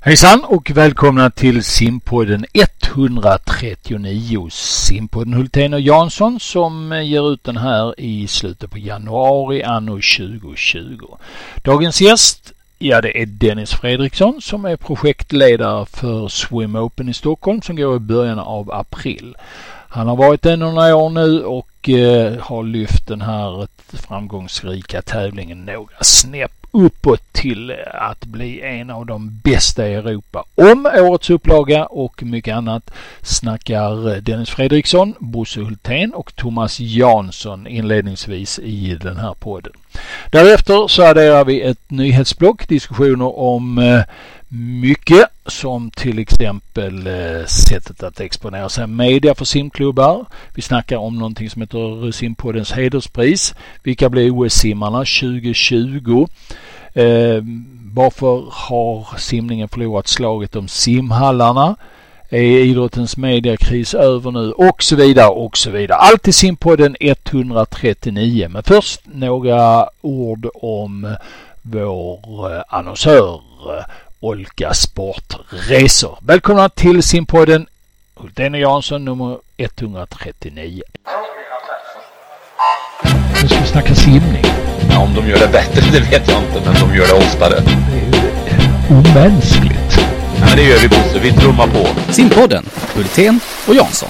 Hejsan och välkomna till Simpodden 139. Simpodden Hultén och Jansson som ger ut den här i slutet på januari anno 2020. Dagens gäst, ja, det är Dennis Fredriksson som är projektledare för Swim Open i Stockholm som går i början av april. Han har varit där några år nu och har lyft den här framgångsrika tävlingen några snäpp uppåt till att bli en av de bästa i Europa. Om årets upplaga och mycket annat snackar Dennis Fredriksson, Bosse Hultén och Thomas Jansson inledningsvis i den här podden. Därefter så adderar vi ett nyhetsblock, diskussioner om mycket som till exempel sättet att exponera sig media för simklubbar. Vi snackar om någonting som heter Simpoddens hederspris. Vilka blir OS-simmarna 2020? Varför har simningen förlorat slaget om simhallarna? Är idrottens mediakris över nu? Och så vidare och så vidare. Allt i Simpodden 139. Men först några ord om vår annonsör Olka Sportresor. Välkomna till Simpodden Hultén och Jansson nummer 139. Nu ska vi snacka simning. Ja, om de gör det bättre, det vet jag inte, men de gör det oftare. Det är omänskligt. Ja, men det gör vi, Bosse. Vi trummar på. Simpodden Hultén och Jansson.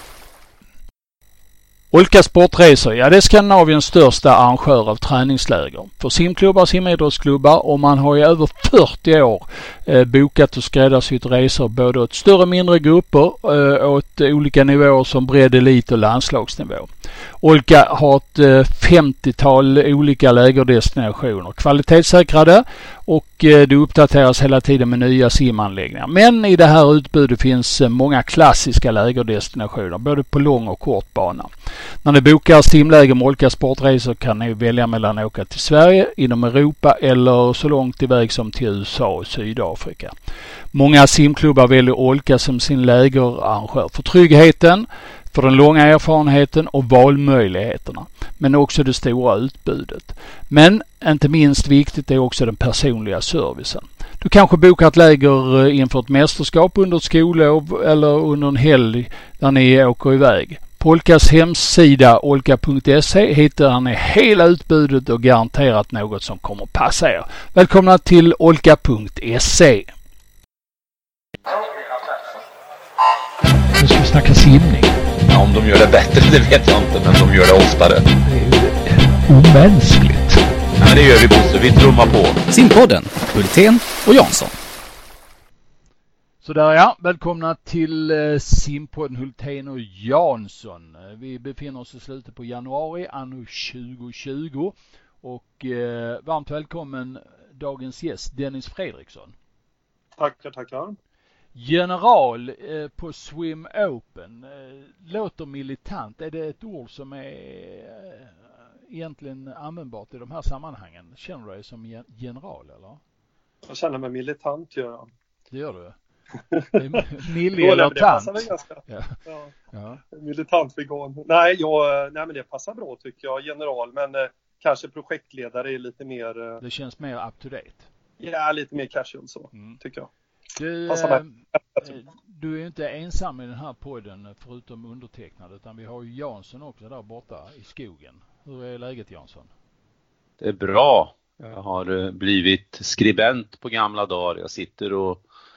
Olka Sportresor, ja, det är Skandinaviens största arrangör av träningsläger för simklubbar och simidrottsklubbar, och man har i över 40 år bokat och skräddarsytt resor både åt större och mindre grupper åt olika nivåer som bredd, elit och landslagsnivå. Olka har ett 50-tal olika lägerdestinationer, kvalitetssäkrade, och det uppdateras hela tiden med nya simanläggningar. Men i det här utbudet finns många klassiska lägerdestinationer, både på lång och kort bana. När ni bokar simläger med Olka Sportresor kan ni välja mellan att åka till Sverige, inom Europa eller så långt iväg som till USA och Sydafrika. Många simklubbar väljer Olka som sin lägerarrangör för tryggheten, för den långa erfarenheten och valmöjligheterna, men också det stora utbudet. Men inte minst viktigt är också den personliga servicen. Du kanske bokar ett läger inför ett mästerskap under ett skollov eller under en helg där ni åker iväg. På Olkas hemsida olka.se hittar ni hela utbudet och garanterat något som kommer passa er. Välkomna till olka.se. Nu ska vi snacka simning. Ja, om de gör det bättre, det vet jag inte, men de gör det oftare. Det är omänskligt. Ja, men det gör vi, Bosse. Vi trummar på. Simpodden Hultén och Jansson. Så där, ja, välkomna till Simpodden Hultén och Jansson. Vi befinner oss i slutet på januari anno 2020 och varmt välkommen dagens gäst Dennis Fredriksson. Tackar. General på Swim Open. Låter militant. Är det ett ord som är egentligen användbart i de här sammanhangen? Känner du dig som general eller? Jag känner mig militant, gör jag. Det gör du? Milli eller tant? Det passar väl ganska. Ja. Militant vegan. Nej, men det passar bra tycker jag. General, men kanske projektledare är lite mer... Det känns mer up to date. Ja, lite mer casual så, tycker jag. Du är ju inte ensam i den här podden förutom undertecknad, utan vi har ju Jansson också där borta i skogen. Hur är läget, Jansson? Det är bra. Jag har blivit skribent på gamla dagar. Jag sitter och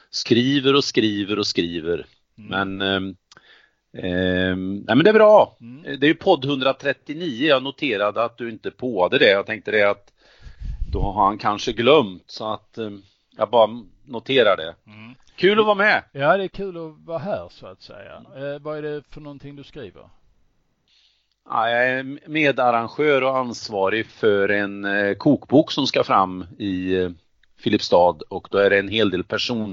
skriver. Men nej, men det är bra. Det är ju podd 139. Jag noterade att du inte påade det. Jag tänkte det att då har han kanske glömt, så att jag bara noterar det. Kul att vara med. Ja, det är kul att vara här så att säga. Vad är det för någonting du skriver? Ja, jag är medarrangör och ansvarig för en kokbok som ska fram i Filipstad, och då är det en hel del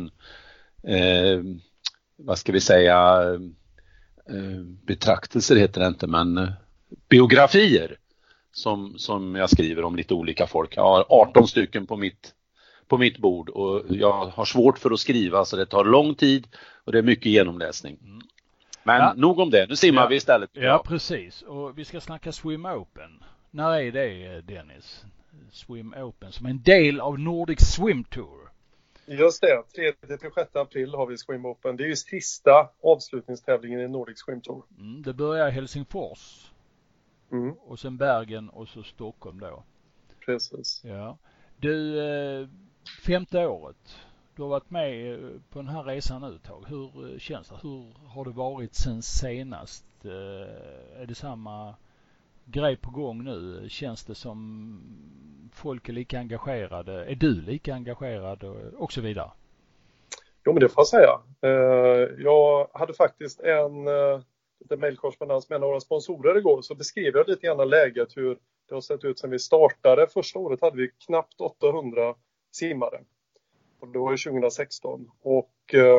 betraktelser heter det inte, men biografier som jag skriver om lite olika folk. Jag har 18 stycken på mitt bord, och jag har svårt för att skriva, så det tar lång tid och det är mycket genomläsning. Men nog om det. Nu simmar vi istället. Ja, precis. Och vi ska snacka Swim Open. När är det, Dennis? Swim Open som en del av Nordic Swim Tour. Just det, 3-6 april har vi Swim Open. Det är ju sista avslutningstävlingen i Nordic Swim Tour. Det börjar i Helsingfors. Och sen Bergen och så Stockholm då. Precis. Ja. Du, 5:e året. Du har varit med på den här resan nu ett tag. Hur känns det? Hur har det varit sen senast? Är det samma grej på gång nu? Känns det som folk är lika engagerade? Är du lika engagerad och så vidare? Jo, men det får jag säga. Jag hade faktiskt en mejlkorrespondens med några sponsorer igår, så beskrev jag lite grann läget, hur det har sett ut sedan vi startade. Första året hade vi knappt 800 simmare. Och det var ju 2016. Och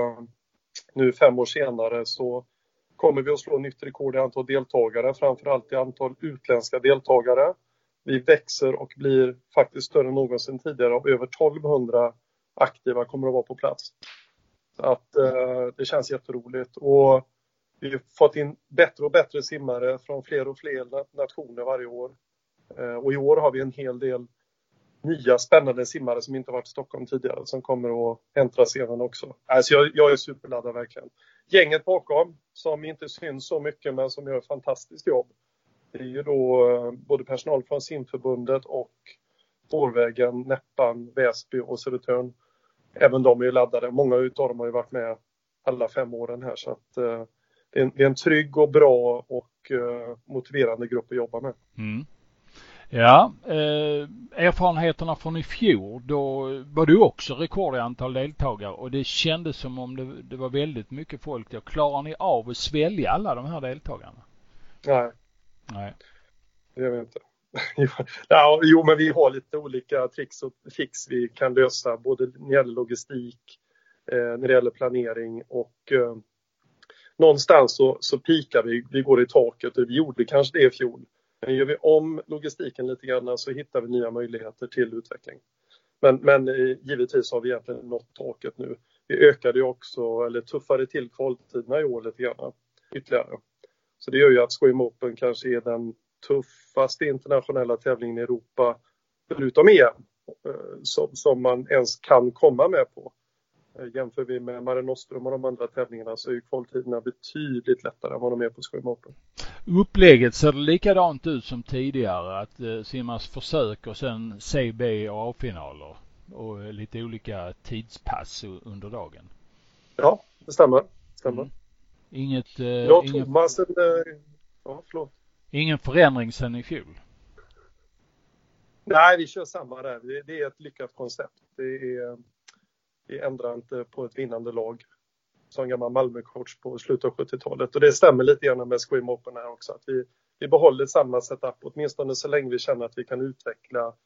nu 5 år senare så kommer vi att slå nytt rekord i antal deltagare, framförallt i antal utländska deltagare. Vi växer och blir faktiskt större än någonsin tidigare, och över 1200 aktiva kommer att vara på plats. Så att det känns jätteroligt, och vi har fått in bättre och bättre simmare från fler och fler nationer varje år. Och i år har vi en hel del nya spännande simmare som inte varit i Stockholm tidigare, som kommer att äntra scenen också. Alltså jag är superladdad verkligen. Gänget bakom, som inte syns så mycket men som gör ett fantastiskt jobb, det är ju då både personal från simförbundet och Spårvägen, Näppan, Väsby och Södertörn. Även de är ju laddade. Många utav dem har ju varit med alla 5 åren här, så att det är en trygg och bra och motiverande grupp att jobba med. Ja, erfarenheterna från i fjol, då var du också rekord i antal deltagare, och det kändes som om det var väldigt mycket folk. Då klarar ni av att svälja alla de här deltagarna? Nej. Det gör vi inte. Ja, jo, men vi har lite olika tricks och fix vi kan lösa, både när det gäller logistik, när det gäller planering, och någonstans så pikar vi går i taket, och vi gjorde kanske det i fjol. Men gör vi om logistiken lite grann så hittar vi nya möjligheter till utveckling. Men givetvis har vi egentligen nått taket nu. Vi ökade ju också, eller tuffade till kvaltiderna i år lite grann ytterligare. Så det gör ju att Swim Open kanske är den tuffaste internationella tävlingen i Europa, förutom EM, som man ens kan komma med på. Jämför vi med Mare Nostrum och de andra tävlingarna så är ju kvaltiderna betydligt lättare än vad de är på Swim Open. Upplägget ser det likadant ut som tidigare, att simmas försök och sen CB och A-finaler och lite olika tidspass under dagen. Ja, det stämmer. Ingen förändring sen i fjol? Nej, vi kör samma där. Det är ett lyckat koncept. Vi ändrar inte på ett vinnande lag som gammal Malmö-coach på slutet av 70-talet. Och det stämmer lite grann med Swim Open här också. Att vi behåller samma setup, åtminstone så länge vi känner att vi kan utveckla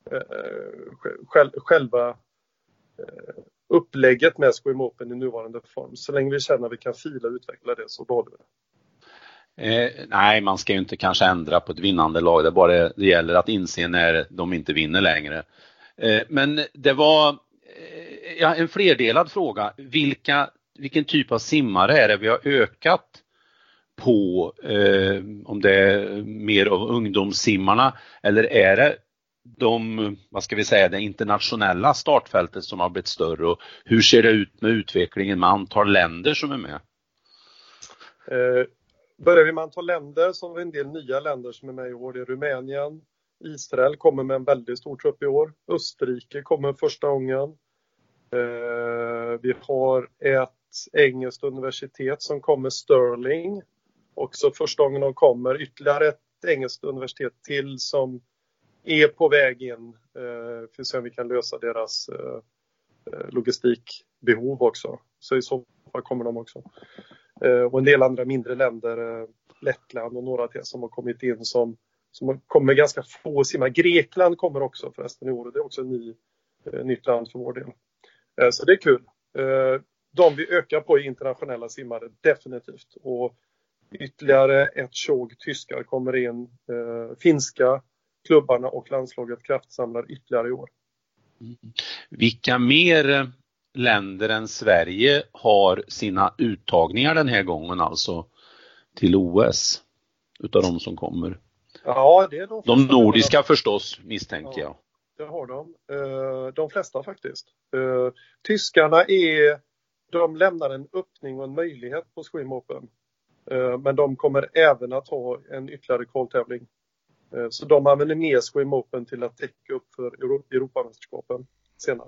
själva upplägget med Swim Open i nuvarande form. Så länge vi känner att vi kan fila och utveckla det, så behåller vi det. Nej, man ska ju inte kanske ändra på ett vinnande lag. Det gäller att inse när de inte vinner längre. Men det var en flerdelad fråga. Vilken typ av simmare är det vi har ökat på? Om det är mer av ungdomssimmarna, eller är det det internationella startfältet som har blivit större? Och hur ser det ut med utvecklingen med antal länder som är med? Börjar vi med antal länder, så har vi en del nya länder som är med i år. Det är Rumänien, Israel kommer med en väldigt stor trupp i år. Österrike kommer första gången. Vi har ett engelskt universitet som kommer, Stirling. Också första gången de kommer. Ytterligare ett engelskt universitet till som är på väg in. För att se om vi kan lösa deras logistikbehov också. Så i så fall kommer de också. Och en del andra mindre länder, Lettland och några till som har kommit in som kommer ganska få simmare. Grekland kommer också förresten i år, och det är också nytt land för vår del. Så det är kul. De vi ökar på i internationella simmare, definitivt. Och ytterligare ett tjog tyskar kommer in. Finska klubbarna och landslaget kraftsamlar ytterligare i år. Vilka mer länder än Sverige har sina uttagningar den här gången, alltså till OS, utav de som kommer? Ja, det är de nordiska förstås, misstänker jag. det har de. De flesta faktiskt. Tyskarna de lämnar en öppning och en möjlighet på Swim Open. Men de kommer även att ha en ytterligare kvaltävling. Så de använder mer Swim Open till att täcka upp för Europamästerskapen senare.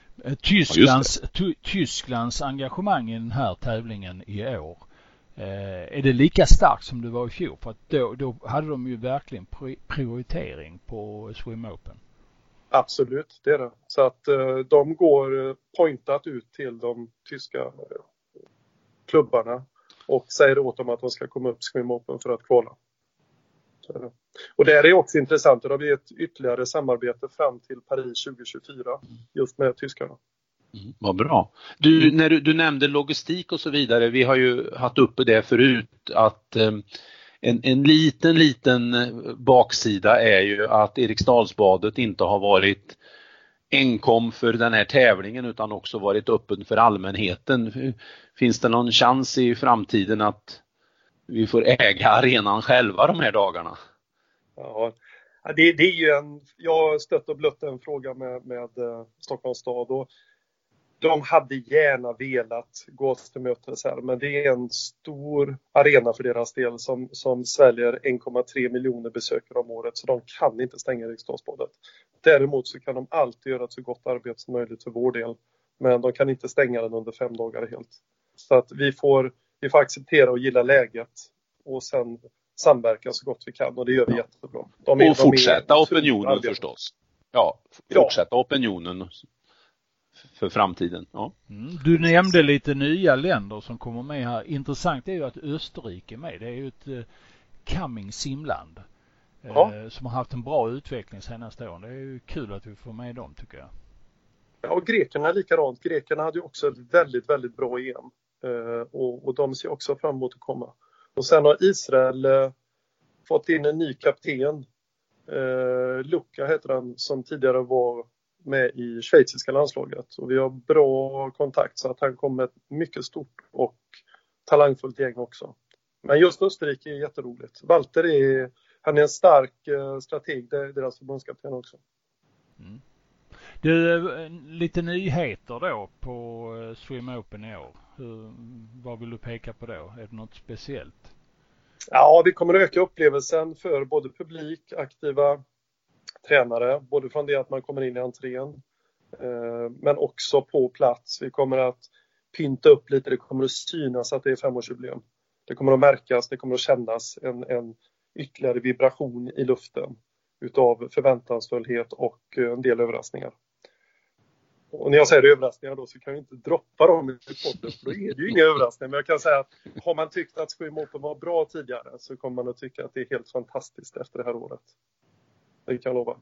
Tysklands engagemang i den här tävlingen i år, är det lika starkt som det var i fjol? För att då hade de ju verkligen prioritering på Swim Open. Absolut, det är det. Så att de går pointat ut till de tyska klubbarna och säger åt dem att de ska komma upp Swim Open för att kvala. Och det är också intressant. Det har blivit ett ytterligare samarbete fram till Paris 2024 just med tyskarna. Vad bra. När du nämnde logistik och så vidare, vi har ju haft uppe det förut att en liten baksida är ju att Eriksdalsbadet inte har varit enkom för den här tävlingen utan också varit öppen för allmänheten. Finns det någon chans i framtiden att vi får äga arenan själva de här dagarna? Ja, det är ju jag har stött och blött en fråga med Stockholms stad och de hade gärna velat gå oss till mötes här, men det är en stor arena för deras del som sväljer 1,3 miljoner besökare om året, så de kan inte stänga Eriksdalsbadet. Däremot så kan de alltid göra ett så gott arbete som möjligt för vår del, men de kan inte stänga den under 5 dagar helt. Så att vi får acceptera och gilla läget och sen samverka så gott vi kan, och det gör vi jättebra. Och fortsätta opinionen förstås. Ja, fortsätta opinionen för framtiden. Ja. Du nämnde lite nya länder som kommer med här. Intressant är ju att Österrike är med. Det är ju ett coming simland som har haft en bra utveckling senaste åren. Det är ju kul att vi får med dem, tycker jag. Ja, och grekerna är likadant. Grekerna hade ju också ett väldigt, väldigt bra EM. Och de ser också fram emot att komma. Och sen har Israel fått in en ny kapten. Luka heter han, som tidigare var med i schweiziska landslaget. Och vi har bra kontakt, så att han kommer med ett mycket stort och talangfullt gäng också. Men just Österrike är jätteroligt. Walter han är en stark strateg, det är deras förbundskapten också. Mm. Du, lite nyheter då på Swim Open i år. Vad vill du peka på då? Är det något speciellt? Ja, vi kommer att öka upplevelsen för både publik, aktiva tränare. Både från det att man kommer in i entrén, men också på plats. Vi kommer att pynta upp lite. Det kommer att synas att det är 5-årsjubileum. Det kommer att märkas, det kommer att kännas en ytterligare vibration i luften utav förväntansfullhet och en del överraskningar. Och när jag säger överraskningar då, så kan jag inte droppa dem i podden, för då är det ju inga överraskningar. Men jag kan säga att har man tyckt att Swim Open var bra tidigare, så kommer man att tycka att det är helt fantastiskt efter det här året. Det kan jag lova.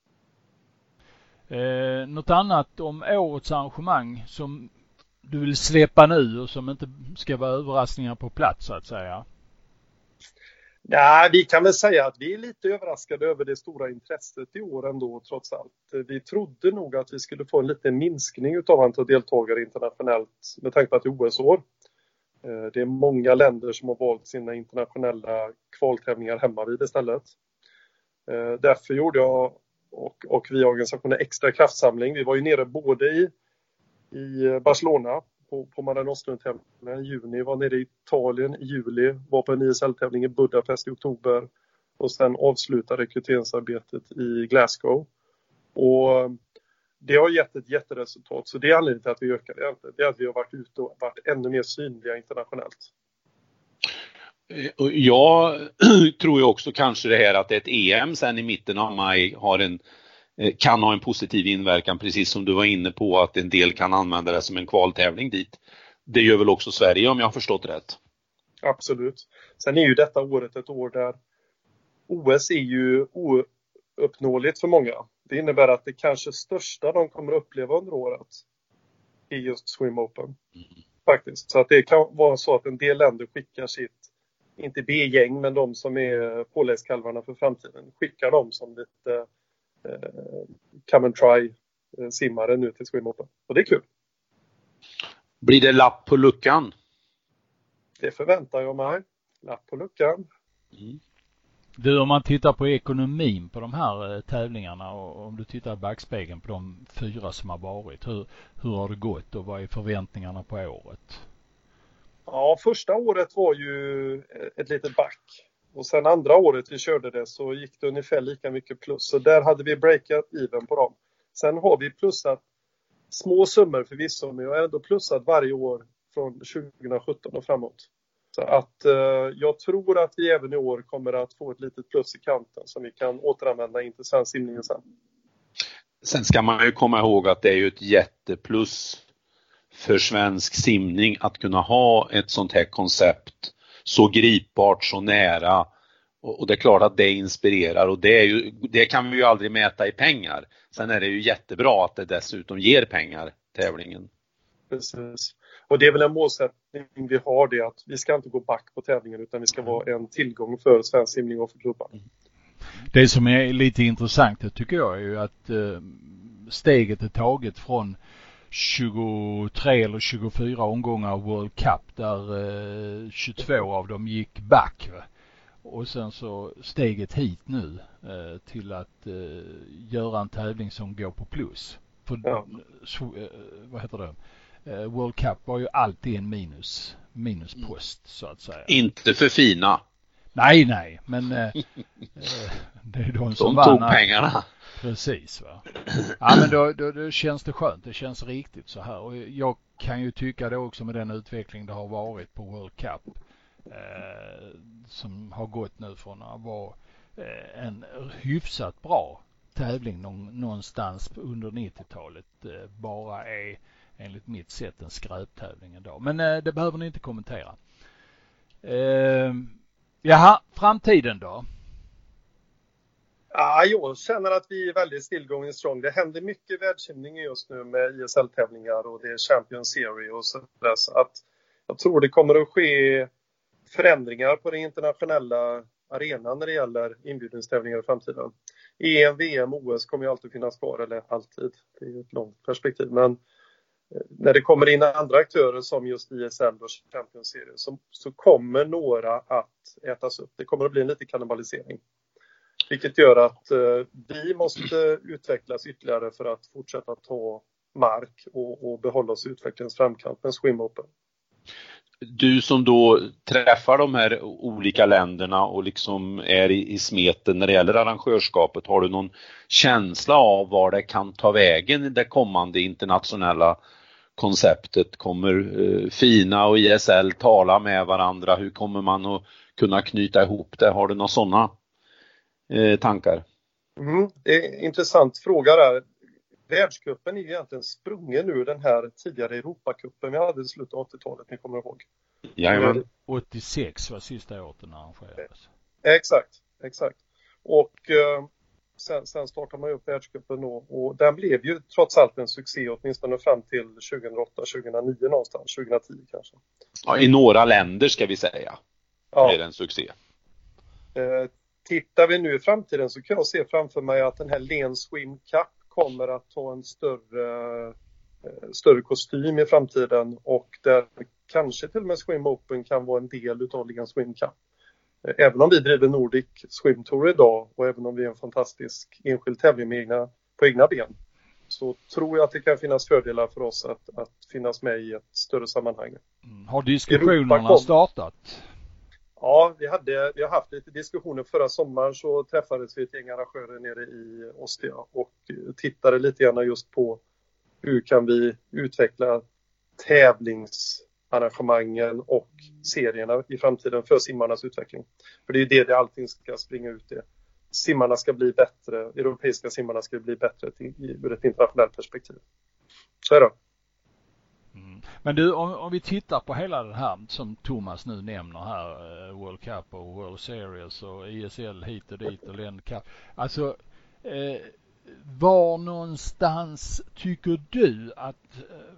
Något annat om årets arrangemang som du vill släppa nu och som inte ska vara överraskningar på plats, så att säga? Ja, vi kan väl säga att vi är lite överraskade över det stora intresset i år ändå, trots allt. Vi trodde nog att vi skulle få en liten minskning utav antal deltagare internationellt med tanke på att det är OS-år. Det är många länder som har valt sina internationella kvaltävlingar hemma vid istället. Därför gjorde jag och vi organisationen extra kraftsamling. Vi var ju nere både i Barcelona på Mare Nostrum-tävlingen i juni, var nere i Italien i juli, var på en ISL-tävling i Budapest i oktober och sen avslutade rekryteringsarbetet i Glasgow. Och det har gett ett jätteresultat, så det är anledningen till att vi ökar det. Det är att vi har varit ute och varit ännu mer synliga internationellt. Jag tror ju också kanske det här att ett EM sen i mitten av maj kan ha en positiv inverkan, precis som du var inne på, att en del kan använda det som en kvaltävling dit. Det gör väl också Sverige, om jag har förstått rätt? Absolut. Sen är ju detta året ett år där OS är ju ouppnåeligt för många. Det innebär att det kanske största de kommer att uppleva under året är just Swim Open. Faktiskt. Så att det kan vara så att en del länder skickar sitt, inte B-gäng, men de som är påläggskalvarna för framtiden, skickar dem som lite come and try simmare nu till Swim Open. Och det är kul. Blir det lapp på luckan? Det förväntar jag mig. Lapp på luckan. Du, om man tittar på ekonomin på de här tävlingarna och om du tittar i backspegeln på de 4 som har varit, hur har det gått och vad är förväntningarna på året? Ja, första året var ju ett litet back. Och sen andra året vi körde det så gick det ungefär lika mycket plus. Så där hade vi breakat even på dem. Sen har vi plussat små summor förvisso, men jag har ändå plussat varje år från 2017 och framåt. Så att jag tror att vi även i år kommer att få ett litet plus i kanten som vi kan återanvända in till svensk simningen sen. Sen ska man ju komma ihåg att det är ju ett jätteplus för svensk simning att kunna ha ett sånt här koncept så gripbart, så nära. Och det är klart att det inspirerar och det kan vi ju aldrig mäta i pengar. Sen är det ju jättebra att det dessutom ger pengar, tävlingen. Precis. Och det är väl en målsättning vi har, det att vi ska inte gå back på tävlingen utan vi ska vara en tillgång för svensk simning och för klubbar. Det som är lite intressant det tycker jag är ju att steget är taget från 23 eller 24 omgångar av World Cup där 22 av dem gick back. Och sen så steget hit nu till att göra en tävling som går på plus. För vad heter det? World Cup var ju alltid en minuspost så att säga. Inte för fina. Nej, men det är de som tog pengarna. Precis va. Ja men då känns det skönt. Det känns riktigt så här. Och jag kan ju tycka det också med den utveckling det har varit på World Cup. Som har gått nu från att vara en hyfsat bra tävling någonstans under 90-talet bara är enligt mitt sätt en skräptävling idag. Men det behöver ni inte kommentera. Framtiden då? Ja, jag känner att vi är väldigt still going strong. Det händer mycket i världssimning just nu med ISL-tävlingar och det är Champion Series och sådär. Så att jag tror det kommer att ske förändringar på den internationella arenan när det gäller inbjudningstävlingar i framtiden. EM, VM, OS kommer ju alltid finnas kvar, eller alltid. Det är ju ett långt perspektiv. Men när det kommer in andra aktörer som just ISL och Champions Series så kommer några att ätas upp. Det kommer att bli en liten kannibalisering. Vilket gör att vi måste utvecklas ytterligare för att fortsätta ta mark och behålla oss i utvecklingens framkant med Swim Open. Du som då träffar de här olika länderna och liksom är i smeten när det gäller arrangörskapet, har du någon känsla av var det kan ta vägen i det kommande internationella konceptet? Kommer FINA och ISL tala med varandra? Hur kommer man att kunna knyta ihop det? Har du några sådana tankar? Det är en intressant fråga där. Världscupen är egentligen sprungen ur den här tidigare Europacupen vi hade i slutet av 80-talet, ni kommer ihåg. Jajamän. 86 var sista året när arrangerades. Exakt. Och sen startade man upp världscupen och den blev ju trots allt en succé åtminstone fram till 2008-2009 någonstans, 2010 kanske. Ja, i några länder ska vi säga. Ja. Är det en succé. Tittar vi nu i framtiden så kan jag se framför mig att den här Len Swim Cup kommer att ta en större kostym i framtiden och där kanske till och med Swim Open kan vara en del utav Len Swim Cup. Även om vi driver Nordic Swim Tour idag och även om vi är en fantastisk enskild tävling på egna ben så tror jag att det kan finnas fördelar för oss att finnas med i ett större sammanhang. Har diskussionerna startat? Ja, vi har haft lite diskussioner. Förra sommaren så träffades vi ett gäng arrangörer nere i Ostia och tittade lite grann just på hur kan vi utveckla tävlingsarrangemangen och serierna i framtiden för simmarnas utveckling. För det är ju det allting ska springa ut i. Simmarna ska bli bättre, europeiska simmarna ska bli bättre ur ett internationellt perspektiv. Så är det. Men du, om vi tittar på hela det här som Thomas nu nämner här, World Cup och World Series och ISL hit och dit och Len Cup. Alltså, var någonstans tycker du att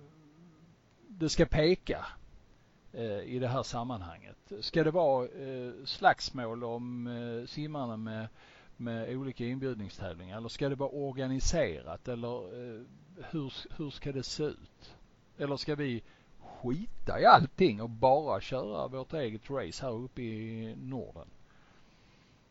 det ska peka i det här sammanhanget? Ska det vara slagsmål om simmarna med olika inbjudningstävlingar eller ska det vara organiserat eller hur ska det se ut? Eller ska vi skita i allting och bara köra vårt eget race här uppe i Norden?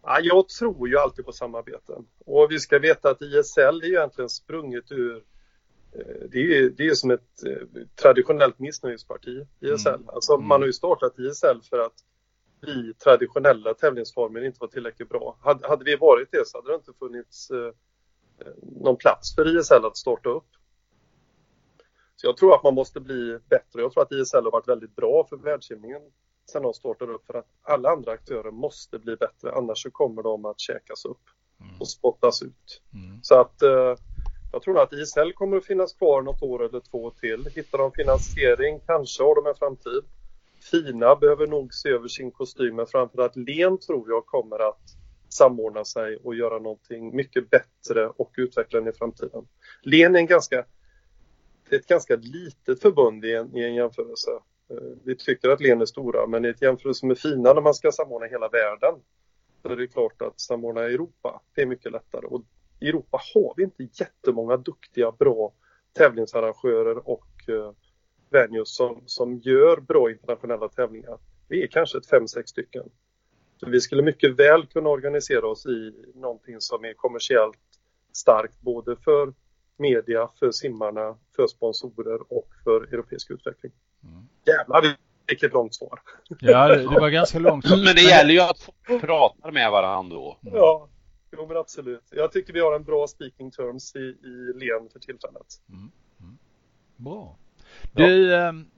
Ja, jag tror ju alltid på samarbeten. Och vi ska veta att ISL är ju egentligen sprunget ur... Det är som ett traditionellt missnöjesparti, ISL. Alltså man har ju startat ISL för att vi traditionella tävlingsformer inte var tillräckligt bra. Hade vi varit det så hade det inte funnits någon plats för ISL att starta upp. Så jag tror att man måste bli bättre. Jag tror att ISL har varit väldigt bra för världssimningen sen de startade upp, för att alla andra aktörer måste bli bättre, annars så kommer de att käkas upp och spottas ut. Så att jag tror att ISL kommer att finnas kvar något år eller två till. Hittar de finansiering, kanske har de en framtid. Fina behöver nog se över sin kostym, men framförallt Len tror jag kommer att samordna sig och göra någonting mycket bättre och utveckla den i framtiden. Len är ett ganska litet förbund i en jämförelse. Vi tycker att Len är stora, men i ett jämförelse med Fina när man ska samordna hela världen, så är det klart att samordna Europa, det är mycket lättare. Och i Europa har vi inte jättemånga duktiga, bra tävlingsarrangörer och venues som gör bra internationella tävlingar. Vi är kanske 5-6 stycken. Så vi skulle mycket väl kunna organisera oss i någonting som är kommersiellt starkt, både för media, för simmarna, för sponsorer och för europeisk utveckling. Jävlar, vilket långt svar. Ja, det var ganska långt. Men det gäller ju att få prata med varandra då. Ja, jo, men absolut. Jag tycker vi har en bra speaking terms i Len för tillfället. Bra. Du,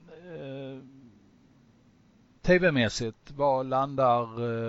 TV-mässigt, vad landar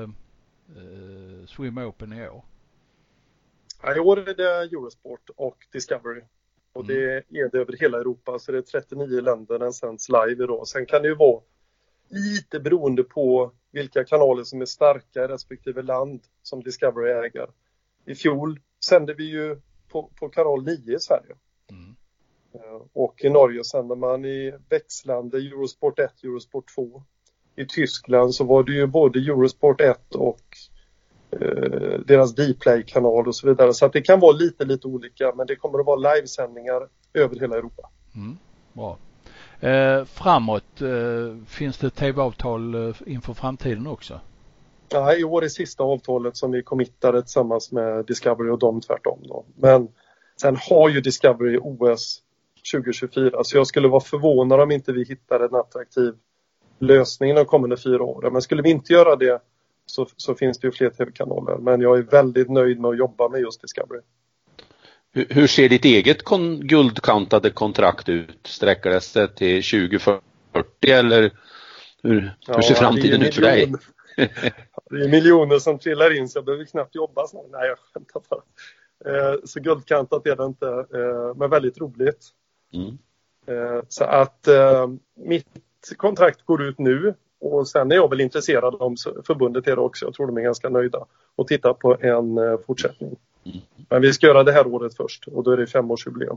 Swim Open i år? Ja, i år är det Eurosport och Discovery. Och det är det över hela Europa, så det är 39 länder den sänds live idag. Sen kan det ju vara lite beroende på vilka kanaler som är starka i respektive land som Discovery äger. I fjol sände vi ju på kanal 9 i Sverige. Och i Norge sänder man i växlande Eurosport 1, Eurosport 2. I Tyskland så var det ju både Eurosport 1 och deras Dplay-kanal och så vidare. Så att det kan vara lite olika, men det kommer att vara livesändningar över hela Europa. Bra. Framåt, finns det tv-avtal inför framtiden också? Ja, i år är sista avtalet som vi committade tillsammans med Discovery och dem tvärtom då. Men sen har ju Discovery OS 2024, så jag skulle vara förvånad om inte vi hittar en attraktiv lösning de kommande 4 åren. Men skulle vi inte göra det så finns det ju fler tv-kanaler. Men jag är väldigt nöjd med att jobba med just Discovery. Hur ser ditt eget guldkantade kontrakt ut? Sträcker det sig till 2040 eller hur ser framtiden ut för dig? Det är miljoner som trillar in, så jag behöver knappt jobba snart. Nej, jag skämtar bara. Så guldkantat är det inte, men väldigt roligt. Så att mitt kontrakt går ut nu, och sen är jag väl intresserad om förbundet är det också. Jag tror de är ganska nöjda och titta på en fortsättning. Men vi ska göra det här året först, och då är det 5-årsjubileum.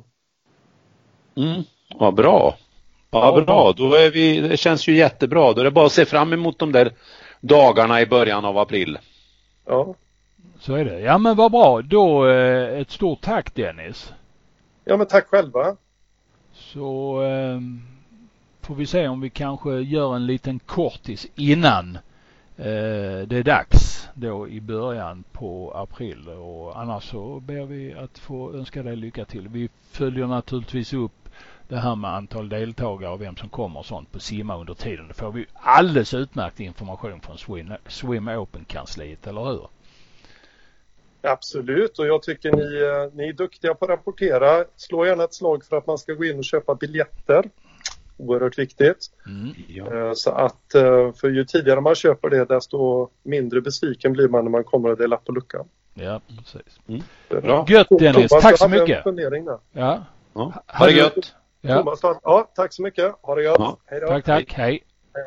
Vad bra. Ja, bra. Då är det känns ju jättebra. Då är det bara att se fram emot de där dagarna i början av april. Ja. Så är det. Ja, men vad bra. Då ett stort tack, Dennis. Ja, men tack själva. Så får vi se om vi kanske gör en liten kortis innan det är dags då i början på april, och annars så ber vi att få önska dig lycka till. Vi följer naturligtvis upp det här med antal deltagare och vem som kommer och sånt på simma under tiden. Det får vi alldeles utmärkt information från Swim Open-kansliet, eller hur? Absolut, och jag tycker ni är duktiga på att rapportera. Slå gärna ett slag för att man ska gå in och köpa biljetter. Oerhört viktigt. Så att för ju tidigare man köper det, desto mindre besviken blir man när man kommer att dela på luckan. Ja, precis. Bra. Gött, Dennis. Tack så mycket. Ja. Ha det gött. Ja. Thomas, ja, tack så mycket. Ha det gött. Ja. Hej då. Tack. Hej.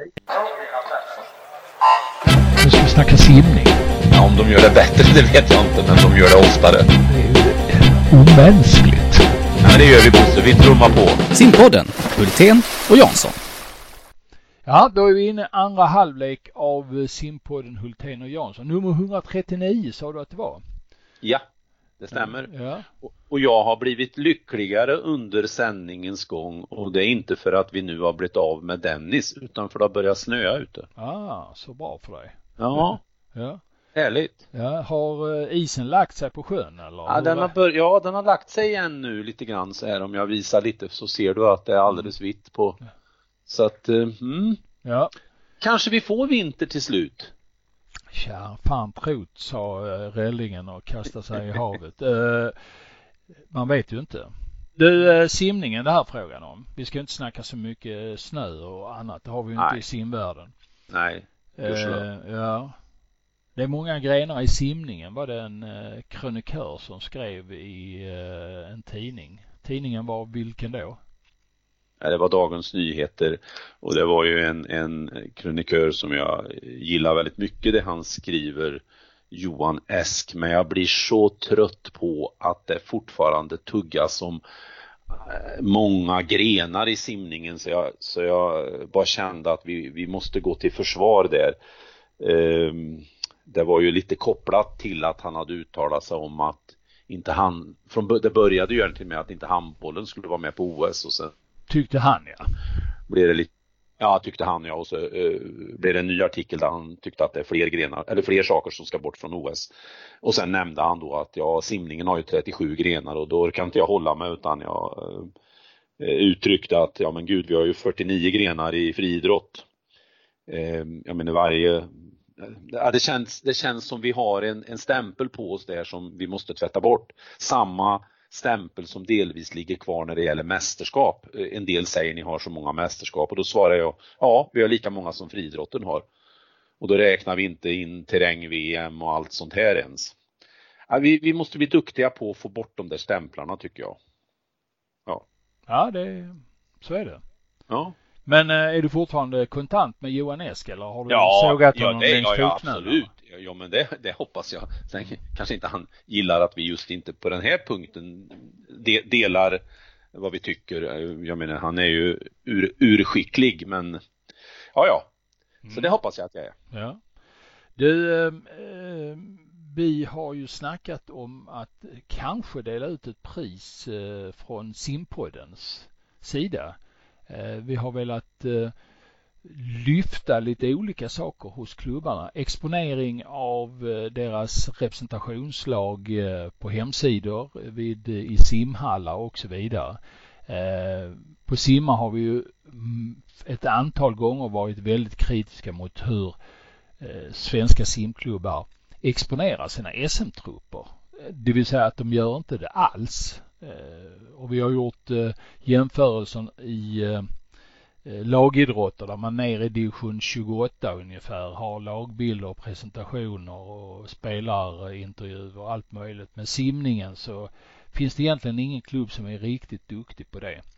Nu ska vi snacka simning. Ja, om de gör det bättre, det vet jag inte, men de gör det oftare. Det är ju omänskligt. Ja, men det gör vi, Bosse. Vi trummar på. Simpodden, Hultén och Jansson. Ja, då är vi inne i andra halvlek av Simpodden Hultén och Jansson. Nummer 139 sa du att det var? Ja, det stämmer. Ja. Och jag har blivit lyckligare under sändningens gång, och det är inte för att vi nu har blivit av med Dennis, utan för att det har börjat snöa ute. Så bra för dig. Ja. Härligt. Ja, har isen lagt sig på sjön eller? Ja, den har lagt sig igen nu lite grann så här. Om jag visar lite så ser du att det är alldeles vitt på. Så att, ja. Kanske vi får vinter till slut. Tja, fan trot, sa Rellingen och kastade sig i havet. Man vet ju inte. Du, simningen det här frågan om. Vi ska inte snacka så mycket snö och annat. Det har vi ju inte i simvärlden. Nej. Ja. Det är många grenar i simningen. Var det en krönikör som skrev i en tidning. Tidningen var vilken då? Ja, det var Dagens Nyheter och det var ju en krönikör som jag gillar väldigt mycket det han skriver, Johan Esk, men jag blir så trött på att det fortfarande tuggas om många grenar i simningen så jag bara kände att vi måste gå till försvar där. Det var ju lite kopplat till att han hade uttalat sig om att inte det började ju egentligen med att inte handbollen skulle vara med på OS och sen tyckte han, ja. Blev det lite, ja, tyckte han, ja, och så blev det en ny artikel där han tyckte att det är fler grenar eller fler saker som ska bort från OS. Och sen nämnde han då att simningen har ju 37 grenar och då kan inte jag hålla mig utan jag uttryckte att ja men gud, vi har ju 49 grenar i friidrott. Jag menar det känns som vi har en stämpel på oss där som vi måste tvätta bort. Samma stämpel som delvis ligger kvar när det gäller mästerskap. En del säger ni har så många mästerskap och då svarar jag ja, vi har lika många som friidrotten har. Och då räknar vi inte in terräng-VM och allt sånt här ens. Ja, vi måste bli duktiga på att få bort de där stämplarna tycker jag. Ja, så är det. Ja. Men är du fortfarande kontant med Johan Esk eller har du sågat honom längs fotknölarna? Absolut. Ja, men det hoppas jag. Sen kanske inte han gillar att vi just inte på den här punkten delar vad vi tycker. Jag menar, han är ju urskicklig, men ja. Så det hoppas jag att jag är. Ja. Du, vi har ju snackat om att kanske dela ut ett pris från Simpoddens sida. Vi har velat lyfta lite olika saker hos klubbarna. Exponering av deras representationslag på hemsidor, i simhallar och så vidare. På simma har vi ju ett antal gånger varit väldigt kritiska mot hur svenska simklubbar exponerar sina SM-trupper. Det vill säga att de gör inte det alls. Och vi har gjort jämförelsen i lagidrotter där man ner i division 28 ungefär har lagbilder och presentationer och spelarintervjuer och allt möjligt. Men simningen så finns det egentligen ingen klubb som är riktigt duktig på det.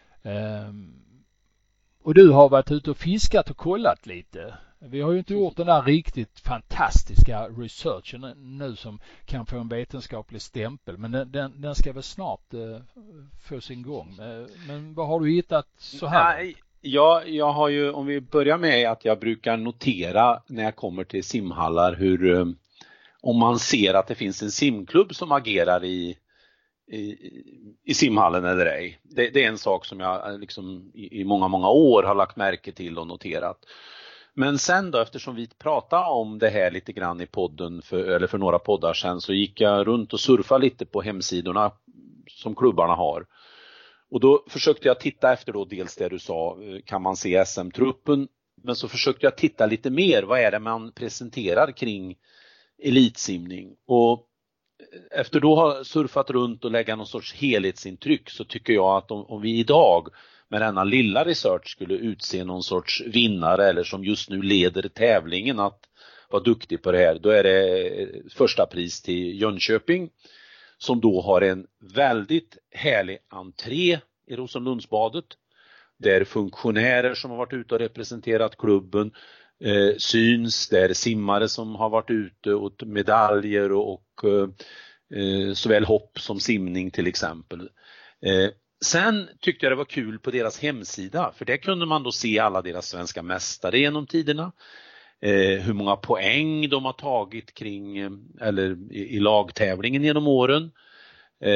Och du har varit ute och fiskat och kollat lite. Vi har ju inte gjort den där riktigt fantastiska researchen nu som kan få en vetenskaplig stämpel. Men den ska väl snart få sin gång. Men vad har du hittat så här? Nej, jag har ju, om vi börjar med att jag brukar notera när jag kommer till simhallar hur om man ser att det finns en simklubb som agerar i simhallen eller ej. Det är en sak som jag liksom i många år har lagt märke till och noterat. Men sen då, eftersom vi pratade om det här lite grann i podden för några poddar sedan, så gick jag runt och surfade lite på hemsidorna som klubbarna har. Och då försökte jag titta efter då dels det du sa, kan man se SM-truppen, men så försökte jag titta lite mer, vad är det man presenterar kring elitsimning? Och efter då ha surfat runt och lägga någon sorts helhetsintryck så tycker jag att om vi idag med denna lilla research skulle utse någon sorts vinnare eller som just nu leder tävlingen att vara duktig på det här, då är det första pris till Jönköping som då har en väldigt härlig entré i Rosenlundsbadet där funktionärer som har varit ute och representerat klubben syns, där simmare som har varit ute och medaljer och såväl hopp som simning till exempel. Sen tyckte jag det var kul på deras hemsida, för där kunde man då se alla deras svenska mästare genom tiderna. Hur många poäng de har tagit kring eller i lagtävlingen genom åren.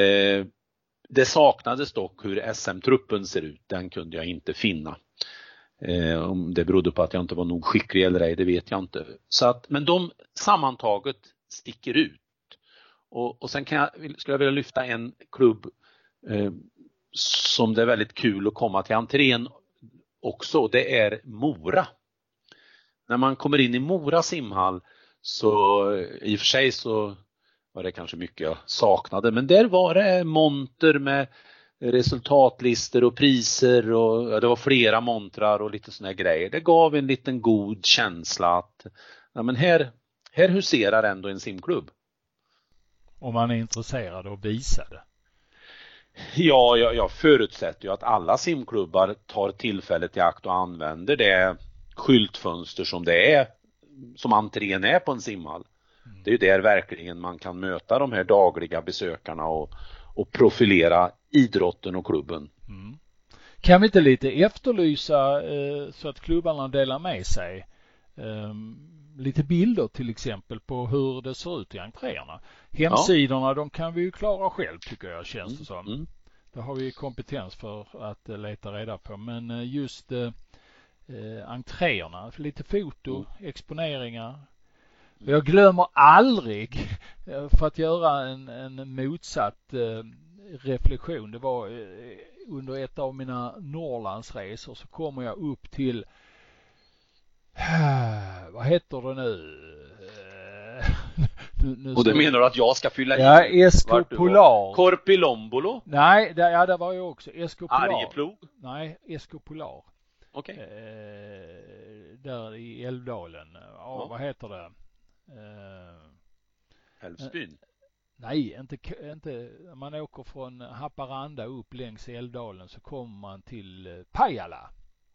Det saknades dock hur SM-truppen ser ut, den kunde jag inte finna. Om det berodde på att jag inte var nog skicklig eller ej, det vet jag inte. Så att, men de sammantaget sticker ut. Och sen skulle jag vilja lyfta en klubb som det är väldigt kul att komma till entrén också. Det är Mora. När man kommer in i Mora simhall, så i och för sig så var det kanske mycket jag saknade. Men där var det monter med resultatlister och priser, och det var flera montrar och lite såna grejer. Det gav en liten god känsla att men här huserar ändå en simklubb. Om man är intresserad och visa det. Ja, jag förutsätter ju att alla simklubbar tar tillfället i akt och använder det skyltfönster som det är, som entrén är på en simhall. Det är ju där verkligen man kan möta de här dagliga besökarna och profilera idrotten och klubben. Mm. Kan vi inte lite efterlysa så att klubbarna delar med sig lite bilder till exempel på hur det ser ut i entréerna? Hemsidorna, de kan vi ju klara själv, tycker jag, känns det som. Det har vi kompetens för att leta reda på, men just entréerna, lite foto, exponeringar. Jag glömmer aldrig, för att göra en motsatt reflektion, det var under ett av mina Norrlandsresor, så kommer jag upp till vad heter det nu och det menar du att jag ska fylla i? Ja, Escopolar. Korpilombolo? Nej, det var jag också. Escopolar. Arjeplog? Nej, Escopolar. Okej. Där i Älvdalen. Ja. Vad heter det? Älvsbyn? Nej, inte. Man åker från Haparanda upp längs Älvdalen, så kommer man till Pajala.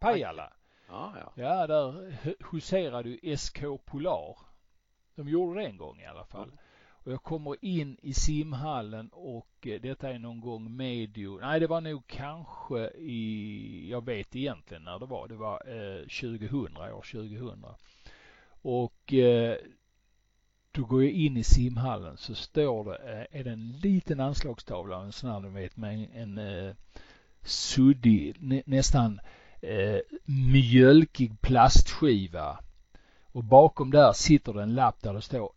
Ja, där huserade ju SK Polar. De gjorde det en gång i alla fall. Och jag kommer in i simhallen, och detta är någon gång det var nog kanske jag vet egentligen när det var. Det var 2000. Och då går jag in i simhallen, så står det, är det en liten anslagstavla, en sån här, du vet, med en suddig, nästan mjölkig plastskiva. Och bakom där sitter det en lapp där det står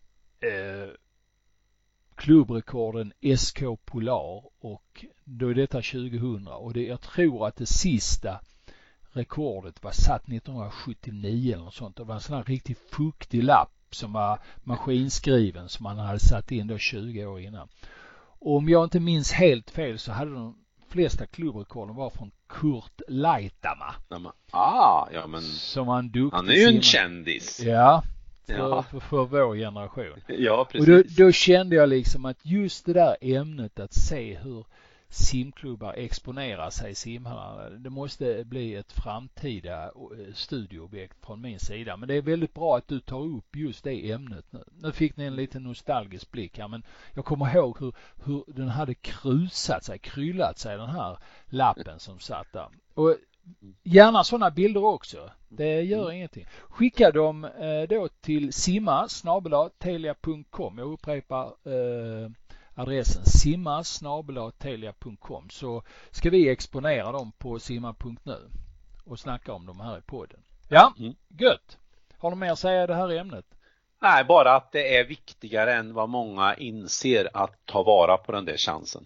klubbrekorden SK Polar, och då är detta 2000, och jag tror att det sista rekordet var satt 1979 eller något sånt. Det var en sån här riktigt fuktig lapp som var maskinskriven, som man hade satt in då 20 år innan. Och om jag inte minns helt fel, så hade de flesta klubbrekorden var från Kurt Leitama. Ja, men som han är ju en kändis. Ja, för vår generation. Ja, precis. Och då kände jag liksom att just det där ämnet, att se hur simklubbar exponerar sig i simhallarna, det måste bli ett framtida studieobjekt från min sida. Men det är väldigt bra att du tar upp just det ämnet nu. Nu fick ni en liten nostalgisk blick här, men jag kommer ihåg hur den hade kryllat sig den här lappen som satt där. Och gärna sådana bilder också. Det gör ingenting. Skicka dem då till simma@telia.com. Jag upprepar adressen simma@telia.com, så ska vi exponera dem på simma.nu och snacka om dem här i podden. Ja, gött. Har du mer att säga i det här ämnet? Nej, bara att det är viktigare än vad många inser att ta vara på den där chansen.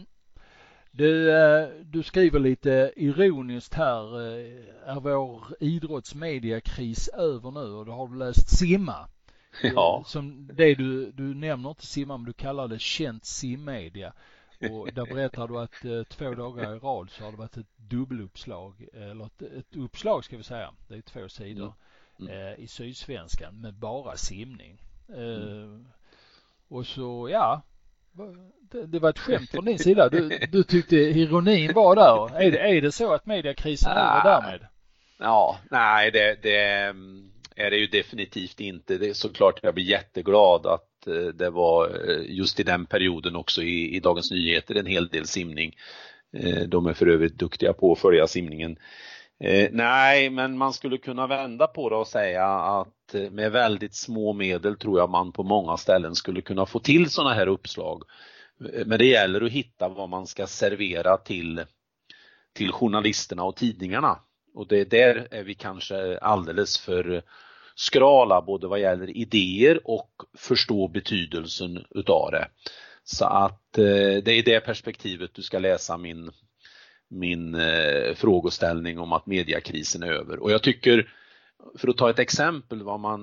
Du skriver lite ironiskt här, är vår idrottsmediakris över nu? Och då har du läst Simma. Ja. Som det du nämner inte Simma, men du kallar det känt simmedia. Och där berättar du att 2 dagar i rad så har det varit ett dubbeluppslag, eller ett uppslag ska vi säga. Det är 2 sidor i Sydsvenskan med bara simning. Och så, ja, det var ett skämt från din sida. Du tyckte ironin var där. Är det så att mediekrisen är över därmed? Ja, nej, det är det ju definitivt inte. Det är såklart jag blir jätteglad att det var just i den perioden också i Dagens Nyheter en hel del simning. De är för övrigt duktiga på att följa simningen. Nej, men man skulle kunna vända på det och säga att med väldigt små medel tror jag man på många ställen skulle kunna få till såna här uppslag. Men det gäller att hitta vad man ska servera till journalisterna och tidningarna. Och det där är vi kanske alldeles för skrala både vad gäller idéer och förstå betydelsen utav det. Så att det är i det perspektivet du ska läsa min frågeställning om att mediakrisen är över. Och jag tycker, för att ta ett exempel,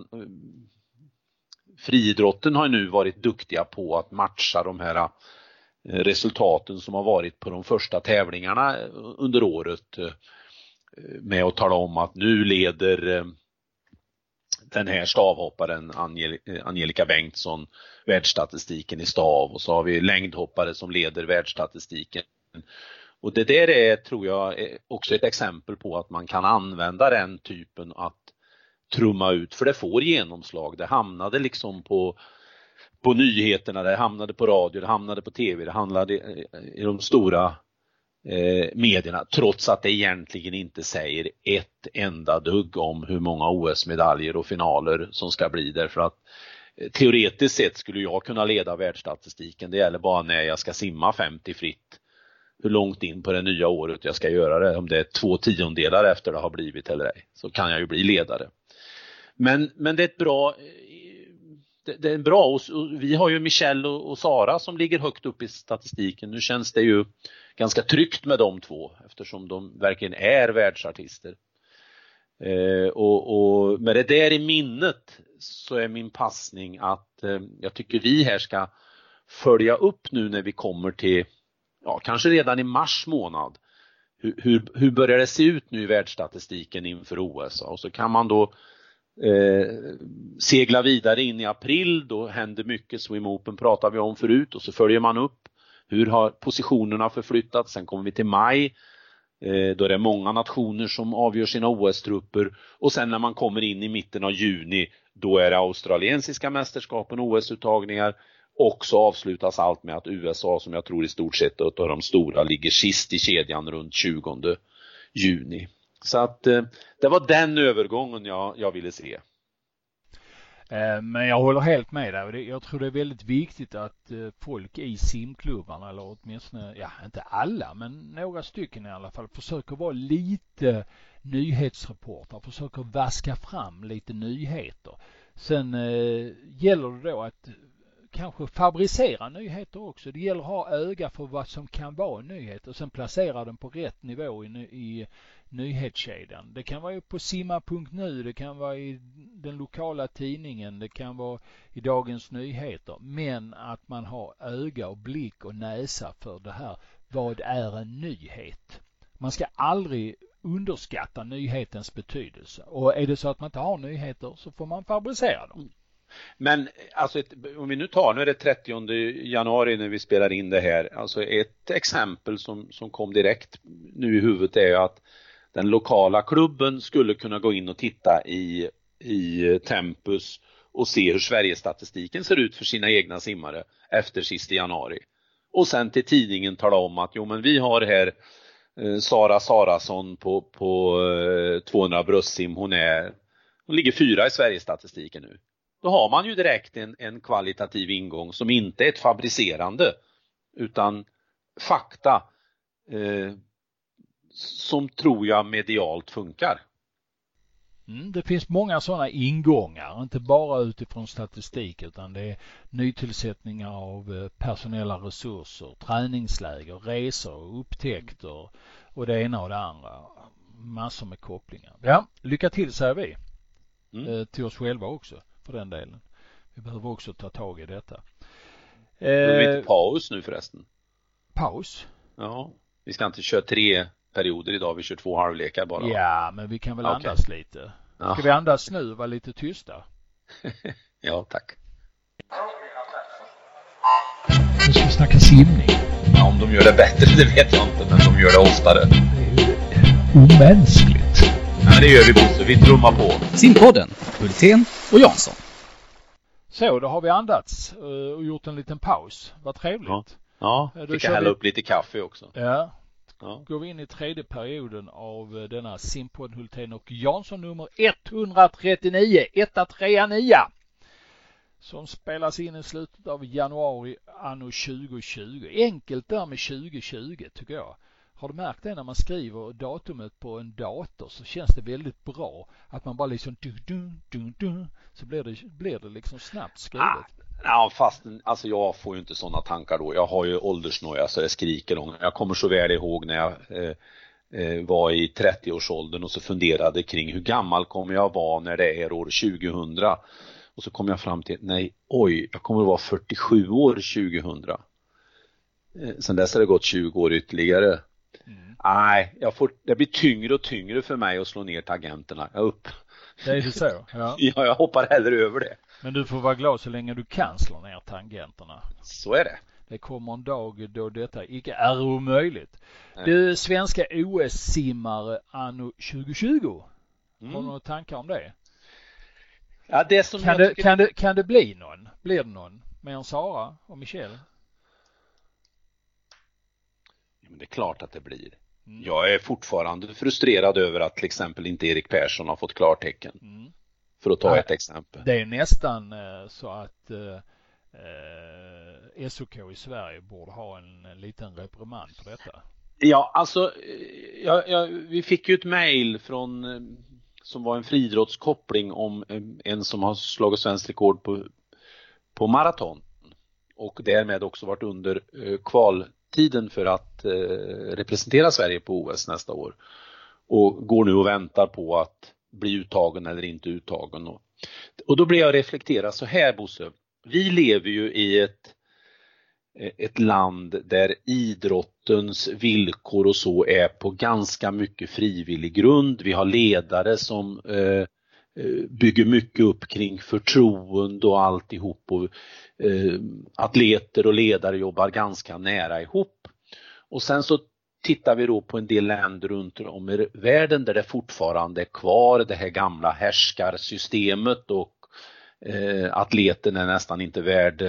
friidrotten har nu varit duktiga på att matcha de här resultaten som har varit på de första tävlingarna under året med att tala om att nu leder den här stavhopparen Angelica Bengtsson världsstatistiken i stav, och så har vi längdhoppare som leder världsstatistiken. Och det där är, tror jag, också ett exempel på att man kan använda den typen att trumma ut, för det får genomslag. Det hamnade liksom på nyheterna, det hamnade på radio, det hamnade på tv, det hamnade i de stora medierna, trots att det egentligen inte säger ett enda dugg om hur många OS-medaljer och finaler som ska bli, därför att teoretiskt sett skulle jag kunna leda världsstatistiken. Det gäller bara när jag ska simma 50 fritt, hur långt in på det nya året jag ska göra det, om det är 2/10 efter det har blivit eller ej, så kan jag ju bli ledare. Men det är ett bra, det är bra, och vi har ju Michelle och Sara som ligger högt upp i statistiken. Nu känns det ju ganska tryggt med de två, eftersom de verkligen är världsartister. Och med det där i minnet så är min passning att jag tycker vi här ska följa upp nu när vi kommer till, kanske redan i mars månad. Hur börjar det se ut nu i världsstatistiken inför OS? Och så kan man då segla vidare in i april, då händer mycket. Swim Open pratar vi om förut, och så följer man upp hur har positionerna förflyttats. Sen kommer vi till maj, då är det många nationer som avgör sina OS-trupper, och sen när man kommer in i mitten av juni, då är det australiensiska mästerskapen och OS-uttagningar, och så avslutas allt med att USA, som jag tror i stort sett av de stora, ligger sist i kedjan runt 20 juni. Så att det var den övergången jag ville se. Men jag håller helt med där. Jag tror det är väldigt viktigt att folk i simklubbarna, eller åtminstone, inte alla, men några stycken i alla fall, försöker vara lite nyhetsreporter, försöker vaska fram lite nyheter. Sen gäller det då att kanske fabricera nyheter också. Det gäller att ha öga för vad som kan vara nyheter och sen placera den på rätt nivå i nyhetskedjan. Det kan vara på simma.nu, det kan vara i den lokala tidningen, det kan vara i Dagens Nyheter. Men att man har öga och blick och näsa för det här. Vad är en nyhet? Man ska aldrig underskatta nyhetens betydelse. Och är det så att man inte har nyheter så får man fabricera dem. Men alltså om vi nu är det 30 januari när vi spelar in det här. Alltså ett exempel som kom direkt nu i huvudet är ju att den lokala klubben skulle kunna gå in och titta i Tempus och se hur Sverigestatistiken ser ut för sina egna simmare efter sista januari. Och sen till tidningen tala om att men vi har här Sara Sarasson på 200 bröstsim. Hon ligger 4 i Sverigestatistiken nu. Då har man ju direkt en kvalitativ ingång som inte är ett fabricerande utan fakta som tror jag medialt funkar. Det finns många sådana ingångar, inte bara utifrån statistik utan det är nytillsättningar av personella resurser, träningsläger, resor, upptäckter och det ena och det andra. Massor med kopplingar. Ja, lycka till säger vi. Till oss själva också för den delen. Vi behöver också ta tag i detta. Det blir lite paus nu förresten. Paus? Ja, vi ska inte köra 3 perioder idag, vi kör 2 halvlekar bara. Ja, men vi kan väl andas lite. Ska vi andas nu och vara lite tysta? Ja, tack. Nu ska vi snacka simning. Ja, om de gör det bättre, det vet jag inte, men de gör det oftare. Det är omänskligt. Ja, det gör vi, Bosse. Vi trummar på. Simpodden, Hultén och Jansson. Så, då har vi andats och gjort en liten paus. Vad trevligt. Ja, fick jag hälla upp lite kaffe också. Ja. Går vi in i tredje perioden av denna Simpodden, Hultén och Jansson nummer 139, 139, som spelas in i slutet av januari anno 2020. Enkelt där med 2020 tycker jag. Har du märkt det när man skriver datumet på en dator så känns det väldigt bra att man bara liksom så blir det liksom snabbt skrivet. Ja, fast alltså jag får ju inte sådana tankar då. Jag har ju åldersnoja så det skriker långt. Jag kommer så väl ihåg när jag var i 30-årsåldern och så funderade kring hur gammal kommer jag vara när det är år 2000. Och så kom jag fram till, jag kommer att vara 47 år 2000. Sen dess har det gått 20 år ytterligare. Nej, det blir tyngre och tyngre för mig att slå ner tangenterna. Det är det så? Ja. Ja, jag hoppar hellre över det. Men du får vara glad så länge du kan slå ner tangenterna. Så är det. Det kommer en dag då detta icke är omöjligt. Nej. Du, svenska OS-simmare anno 2020. Har du några tankar om det? Ja, det som kan det bli någon? Blir det någon? Mer än Sara och Michelle? Ja, men det är klart att det blir. Jag är fortfarande frustrerad över att till exempel inte Erik Persson har fått klartecken. För att ta ett exempel. Det är nästan så att SOK i Sverige borde ha en liten reprimand på detta. Ja, alltså vi fick ju ett mejl från som var en friidrottskoppling om en som har slagit svensk rekord på maraton och därmed också varit under kvaltiden för att representera Sverige på OS nästa år och går nu och väntar på att bli uttagen eller inte uttagen. Och då blir jag reflektera så här, Bosse. Vi lever ju i ett land där idrottens villkor och så är på ganska mycket frivillig grund. Vi har ledare som bygger mycket upp kring förtroende och alltihop. Och atleter och ledare jobbar ganska nära ihop. Och sen så tittar vi då på en del länder runt om i världen där det fortfarande är kvar det här gamla härskarsystemet och atleten är nästan inte värd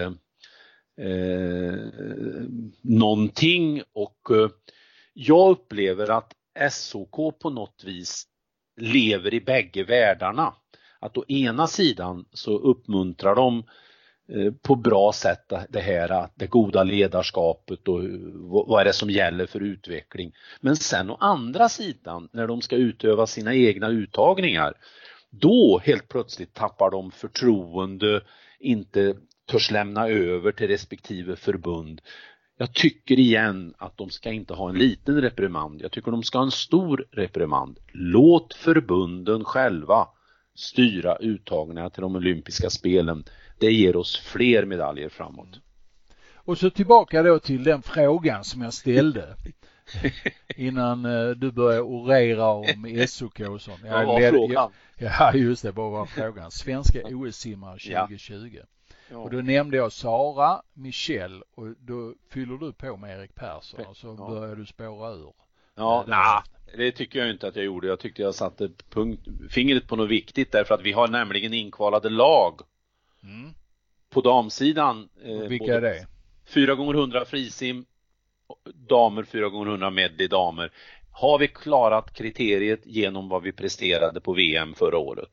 någonting. Och jag upplever att SOK på något vis lever i bägge världarna. Att å ena sidan så uppmuntrar de på bra sätt det goda ledarskapet och vad är det som gäller för utveckling. Men sen å andra sidan när de ska utöva sina egna uttagningar då helt plötsligt tappar de förtroende, inte törs lämna över till respektive förbund. Jag tycker igen att de ska inte ha en liten reprimand. Jag tycker de ska ha en stor reprimand. Låt förbunden själva styra uttagningar till de olympiska spelen. Det ger oss fler medaljer framåt. Och så tillbaka då till den frågan som jag ställde innan du började orera om SOK och sånt. Ja, just det, vad var frågan? Svenska OS-simmare 2020. Ja. Och då nämnde jag Sara, Michelle och då fyller du på med Erik Persson och så börjar du spåra ur. Ja, det tycker jag inte att jag gjorde. Jag tyckte jag satte fingret på något viktigt därför att vi har nämligen inkvalade lag. På damsidan. Vilka är det? 4x100 frisim, damer 4x100 medley damer. Har vi klarat kriteriet genom vad vi presterade på VM förra året.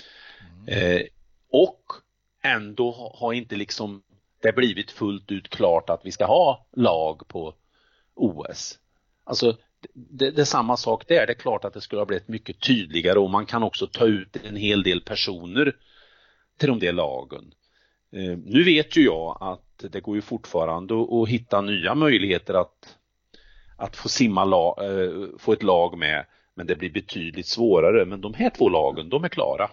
Och ändå har inte liksom det blivit fullt ut klart att vi ska ha lag på OS. Alltså det är samma sak där. Det är klart att det skulle ha blivit mycket tydligare och man kan också ta ut en hel del personer till de där lagen. Nu vet ju jag att det går ju fortfarande att hitta nya möjligheter att få få ett lag med, men det blir betydligt svårare. Men de här två lagen, de är klara.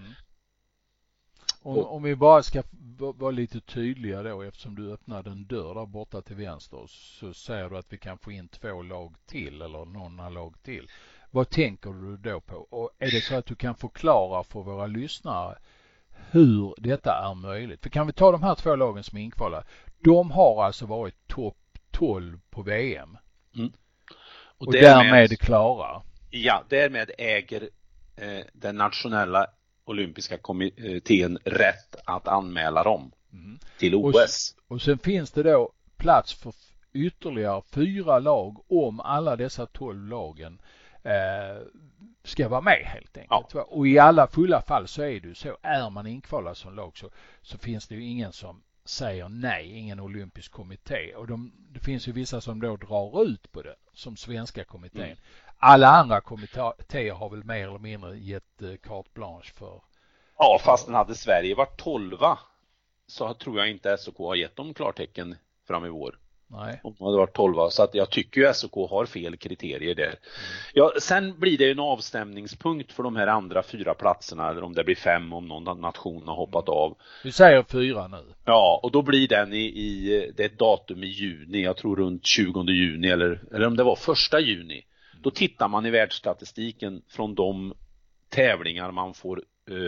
Om vi bara ska vara lite tydliga då, eftersom du öppnade en dörr där borta till vänster så säger du att vi kan få in 2 lag till eller några lag till. Vad tänker du då på? Och är det så att du kan förklara för våra lyssnare hur detta är möjligt? För kan vi ta de här 2 lagen som är inkvalade? De har alltså varit topp 12 på VM. Och därmed klara. Ja, därmed äger den nationella olympiska kommittén rätt att anmäla dem till OS. Och sen finns det då plats för ytterligare 4 lag om alla dessa 12 lagen ska vara med helt enkelt. Ja. Och i alla fulla fall så är det ju så, är man inkvalad som lag så finns det ju ingen säger nej, ingen olympisk kommitté. Och det finns ju vissa som då drar ut på det, som svenska kommittén. Alla andra kommittéer har väl mer eller mindre gett carte blanche för... Ja, fast den hade Sverige varit 12 så tror jag inte SOK har gett dem klartecken fram i vår. Nej. Om de hade varit 12, så att jag tycker ju SOK har fel kriterier där. Ja, sen blir det en avstämningspunkt för de här andra 4 platserna, eller om det blir 5 om någon nation har hoppat av. Vi säger 4 nu. Ja, och då blir den det är ett datum i juni, jag tror runt 20 juni eller om det var 1 juni. Då tittar man i världsstatistiken från de tävlingar man får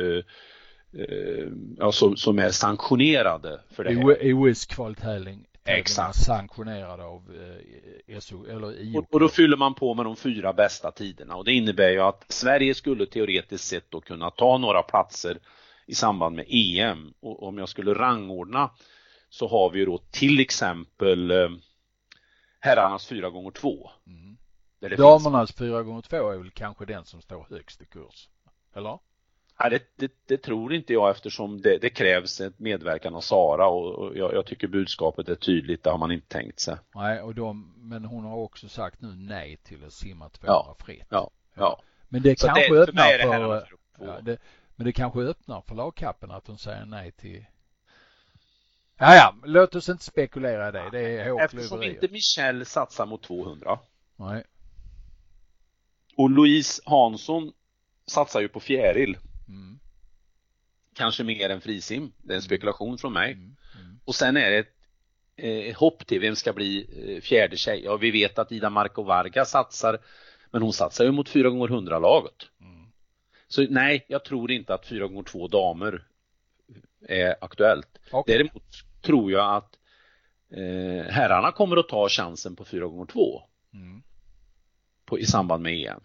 som är sanktionerade för det här. OS-kvaltävling. Exakt. Sanktionerade av SO eller IOK. Och då fyller man på med de 4 bästa tiderna. Och det innebär ju att Sverige skulle teoretiskt sett då kunna ta några platser i samband med EM. Och om jag skulle rangordna så har vi ju då till exempel herrarnas 4x2. Damernas 4x2 är väl kanske den som står högst i kurs. Eller? Nej, det tror inte jag, eftersom det krävs ett medverkan av Sara och jag tycker budskapet är tydligt, det har man inte tänkt sig. Nej, men hon har också sagt nu nej till att simma 200 fritt. Ja. Men det så kanske det, öppnar för det kanske öppnar för lagkappen att hon säger nej till... Ja, låt oss inte spekulera i det. Det är hårkluverier. Eftersom inte Michelle satsar mot 200. Nej. Och Louise Hansson satsar ju på fjäril. Kanske mer än frisim. Det är en spekulation från mig. Och sen är det ett hopp till vem ska bli fjärde tjej. Ja, vi vet att Ida Marco Varga satsar, men hon satsar ju mot 4x100-laget. Så nej, jag tror inte att 4x2 damer är aktuellt. Okay. Däremot tror jag att herrarna kommer att ta chansen på 4x2 i samband med EM.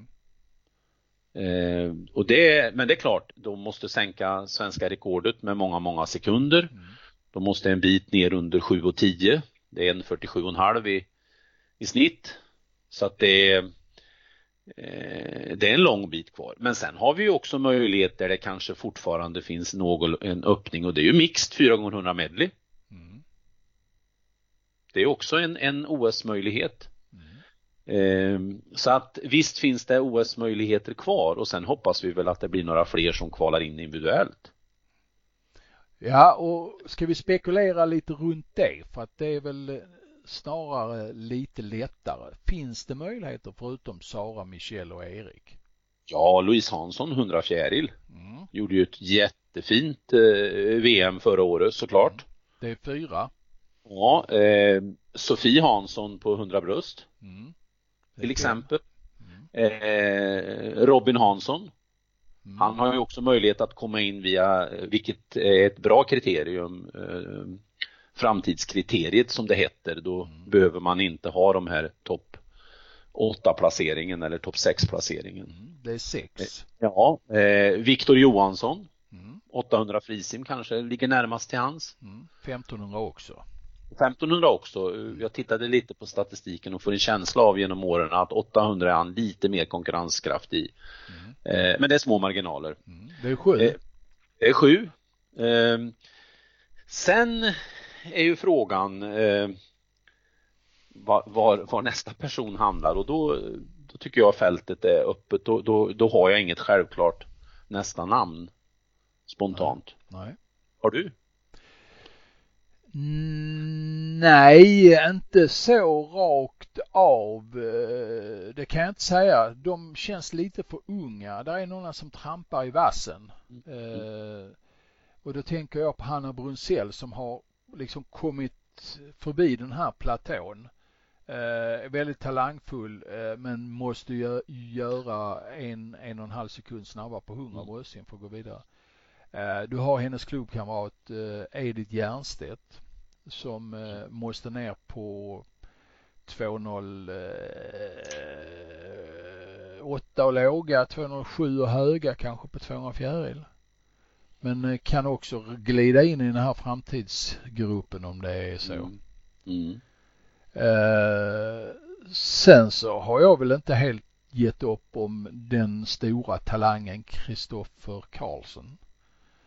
Men det är klart, de måste sänka svenska rekordet med många sekunder. De måste en bit ner under 7:10. Det är en 47,5 i snitt. Så att det är en lång bit kvar. Men sen har vi ju också möjlighet där det kanske fortfarande finns en öppning, och det är ju mixed 4x100 medley. Det är också en OS-möjlighet. Så att visst finns det OS-möjligheter kvar, och sen hoppas vi väl att det blir några fler som kvalar in individuellt. Ja, och ska vi spekulera lite runt det, för att det är väl snarare lite lättare. Finns det möjligheter förutom Sara, Michelle och Erik? Ja, Louise Hansson 100 fjäril gjorde ju ett jättefint VM förra året, såklart. Det är 4. Ja, Sofie Hansson på 100 bröst. Till exempel. Robin Hansson. Han har ju också möjlighet att komma in via, vilket är ett bra kriterium, framtidskriteriet som det heter. Då behöver man inte ha de här topp 8-placeringen eller topp 6-placeringen. Det är 6. Ja, Viktor Johansson. 800 frisim kanske ligger närmast till hans. 1500 också. 1500 också. Jag tittade lite på statistiken och får en känsla av genom åren att 800 är han lite mer konkurrenskraftig. Men det är små marginaler. Det är 7. Det är 7. Sen är ju frågan var nästa person handlar, och då tycker jag fältet är öppet. Då har jag inget självklart nästa namn spontant. Nej. Har du? Nej, inte så rakt av. Det kan jag inte säga. De känns lite för unga. Det är några som trampar i vassen. Och då tänker jag på Hanna Brunsell som har liksom kommit förbi den här platån. Väldigt talangfull, men måste göra 1,5 sekund snabbare på 100 bröstsim för att gå vidare. Du har hennes klubbkamrat Edith Järnstedt som måste ner på 2,08 och låga, 2,07 och höga kanske på 200 fjäril. Men kan också glida in i den här framtidsgruppen om det är så. Sen så har jag väl inte helt gett upp om den stora talangen Kristoffer Karlsson.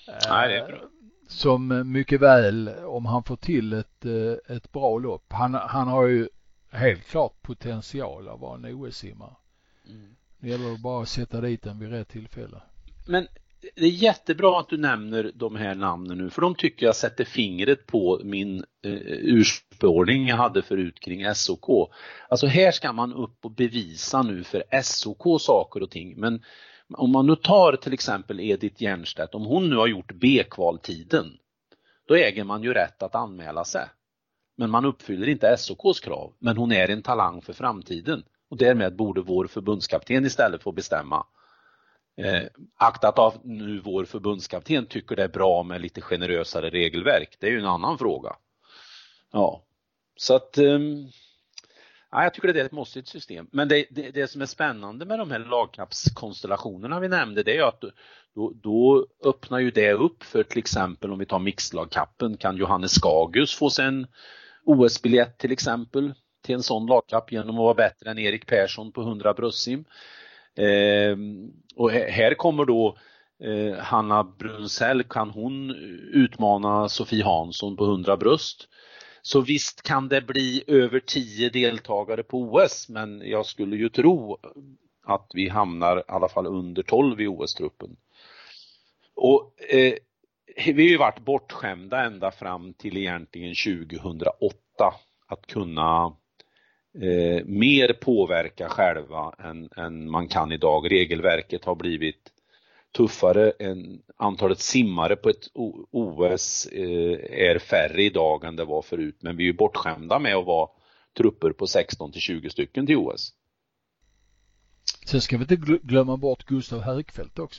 Nej, det är bra. Som mycket väl, om han får till ett bra lopp. Han har ju helt klart potential att vara en OS-simmare. Det gäller bara att sätta dit den vid rätt tillfälle. Men det är jättebra att du nämner de här namnen nu, för de tycker jag sätter fingret på min urspårning jag hade förut kring SOK. Alltså här ska man upp och bevisa nu för SOK saker och ting. Men om man nu tar till exempel Edith Jernstedt, om hon nu har gjort B-kvaltiden, då äger man ju rätt att anmäla sig. Men man uppfyller inte SOKs krav, men hon är en talang för framtiden. Och därmed borde vår förbundskapten istället få bestämma. Aktat av nu vår förbundskapten tycker det är bra med lite generösare regelverk. Det är ju en annan fråga. Ja, så att jag tycker det är ett måste system. Men det som är spännande med de här lagkappskonstellationerna vi nämnde, det är ju att då öppnar ju det upp för till exempel om vi tar mixlagkappen, kan Johannes Skagus få sig en OS-biljett till exempel till en sån lagkapp genom att vara bättre än Erik Persson på 100 bröstsim. Och här kommer då Hanna Brunsell, kan hon utmana Sofie Hansson på 100 bröst. Så visst kan det bli över 10 deltagare på OS, men jag skulle ju tro att vi hamnar i alla fall under 12 i OS-truppen. Och vi har ju varit bortskämda ända fram till egentligen 2008 att kunna mer påverka själva än man kan idag. Regelverket har blivit tuffare, antalet simmare på ett OS är färre idag än det var förut, men vi är ju bortskämda med att vara trupper på 16 till 20 stycken till OS. Sen ska vi inte glömma bort Gustav Högfeldt också.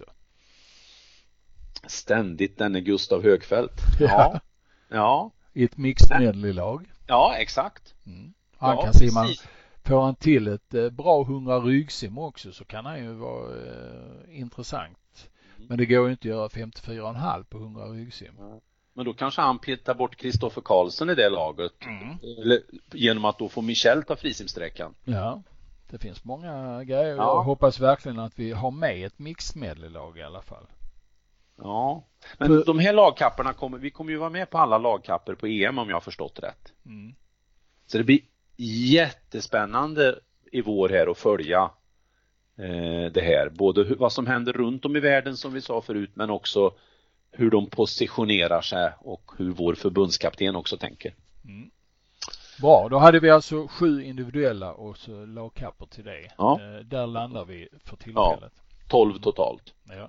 Ständigt denne Gustav Högfeldt. Ja. I ett mixed medley-lag. Ja, exakt. Han kan simma. Får han till ett bra 100 ryggsim också, så kan han ju vara intressant. Men det går ju inte att göra 54,5 på 100 ryggsim. Men då kanske han petar bort Kristoffer Karlsson i det laget. Eller, genom att då få Michel ta frisimsträckan. Ja, det finns många grejer. Jag hoppas verkligen att vi har med ett mixed medley-lag i alla fall. Ja, men de här lagkapparna vi kommer ju vara med på alla lagkapper på EM om jag har förstått rätt. Så det blir jättespännande i vår här att följa det här. Både vad som händer runt om i världen som vi sa förut, men också hur de positionerar sig och hur vår förbundskapten också tänker. Bra, då hade vi alltså 7 individuella och så lagkapper till det. Ja. Där landar vi för tillfället. 12 totalt. Ja.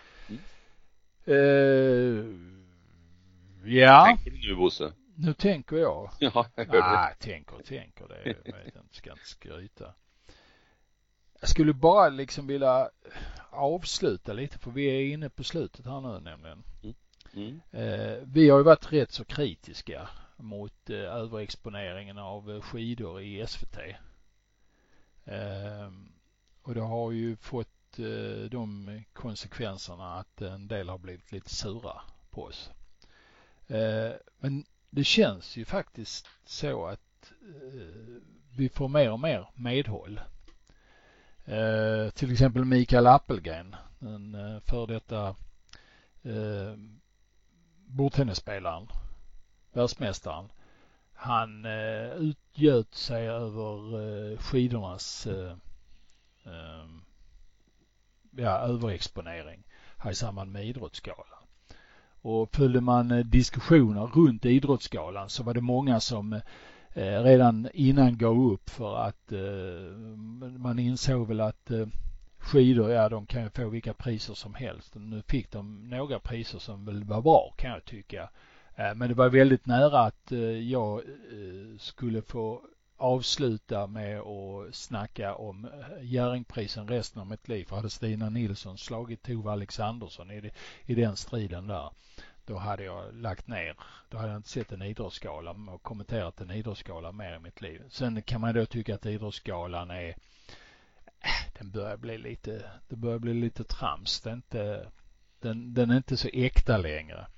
Tänker du nu, Bosse? Nu tänker jag. Ja, jag hörde det. Tänker det. Jag vet inte, ska inte skryta. Jag skulle bara liksom vilja avsluta lite, för vi är inne på slutet här nu nämligen. Vi har ju varit rätt så kritiska mot överexponeringen av skidor i SVT. Och det har ju fått de konsekvenserna att en del har blivit lite sura på oss. Men det känns ju faktiskt så att vi får mer och mer medhåll. Till exempel Mikael Appelgren, den för detta bordtennisspelaren, världsmästaren. Han utgöt sig över skidornas överexponering här i samband med Idrottsgalan. Och följde man diskussioner runt Idrottsgalan så var det många som redan innan gav upp, för att man insåg väl att skidor, de kan ju få vilka priser som helst. Nu fick de några priser som väl var bra, kan jag tycka. Men det var väldigt nära att jag skulle få avsluta med att snacka om Jerringprisen resten av mitt liv. För hade Stina Nilsson slagit Tove Alexandersson i den striden där, då hade jag lagt ner. Då hade jag inte sett en idrottsgala och kommenterat en idrottsgala mer i mitt liv. Sen kan man då tycka att idrottsgalan den börjar bli lite trams. Den är inte så äkta längre.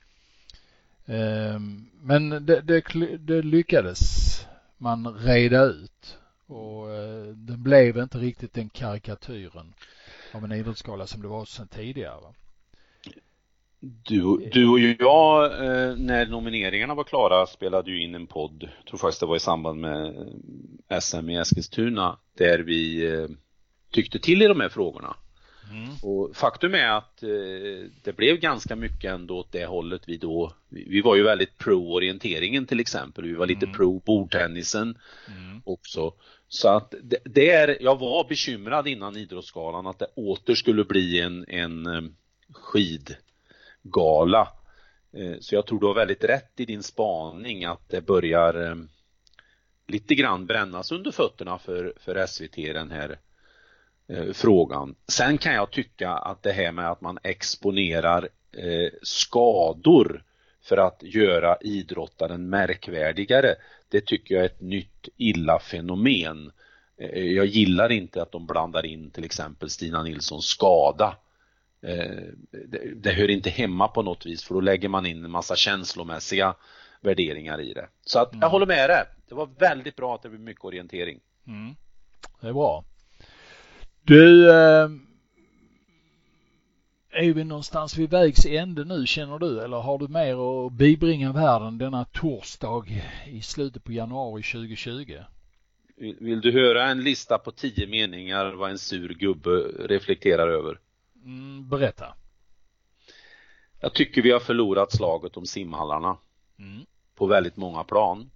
Men det lyckades man reda ut, och det blev inte riktigt den karikatyren av en idrottsgala som det var sedan tidigare. Va? Du och jag, när nomineringarna var klara, spelade ju in en podd. Jag tror faktiskt det var i samband med SM i Eskilstuna, där vi tyckte till i de här frågorna. Och faktum är att det blev ganska mycket ändå åt det hållet vi var ju väldigt pro-orienteringen till exempel. Vi var lite pro-bordtennisen också. Så att jag var bekymrad innan Idrottsgalan att det åter skulle bli en skidgala. Så jag tror du har väldigt rätt i din spaning att det börjar lite grann brännas under fötterna för SVT den här frågan. Sen kan jag tycka att det här med att man exponerar skador för att göra idrottaren märkvärdigare, det tycker jag är ett nytt illa fenomen. Jag gillar inte att de blandar in till exempel Stina Nilssons skada. Det hör inte hemma på något vis, för då lägger man in en massa känslomässiga värderingar i det. Så att jag håller med dig. Det var väldigt bra att det blev mycket orientering. Det är bra. Du, är vi någonstans vid vägs ände nu, känner du? Eller har du mer att bibringa världen denna torsdag i slutet på januari 2020? Vill du höra en lista på 10 meningar vad en sur gubbe reflekterar över? Berätta. Jag tycker vi har förlorat slaget om simhallarna på väldigt många plan.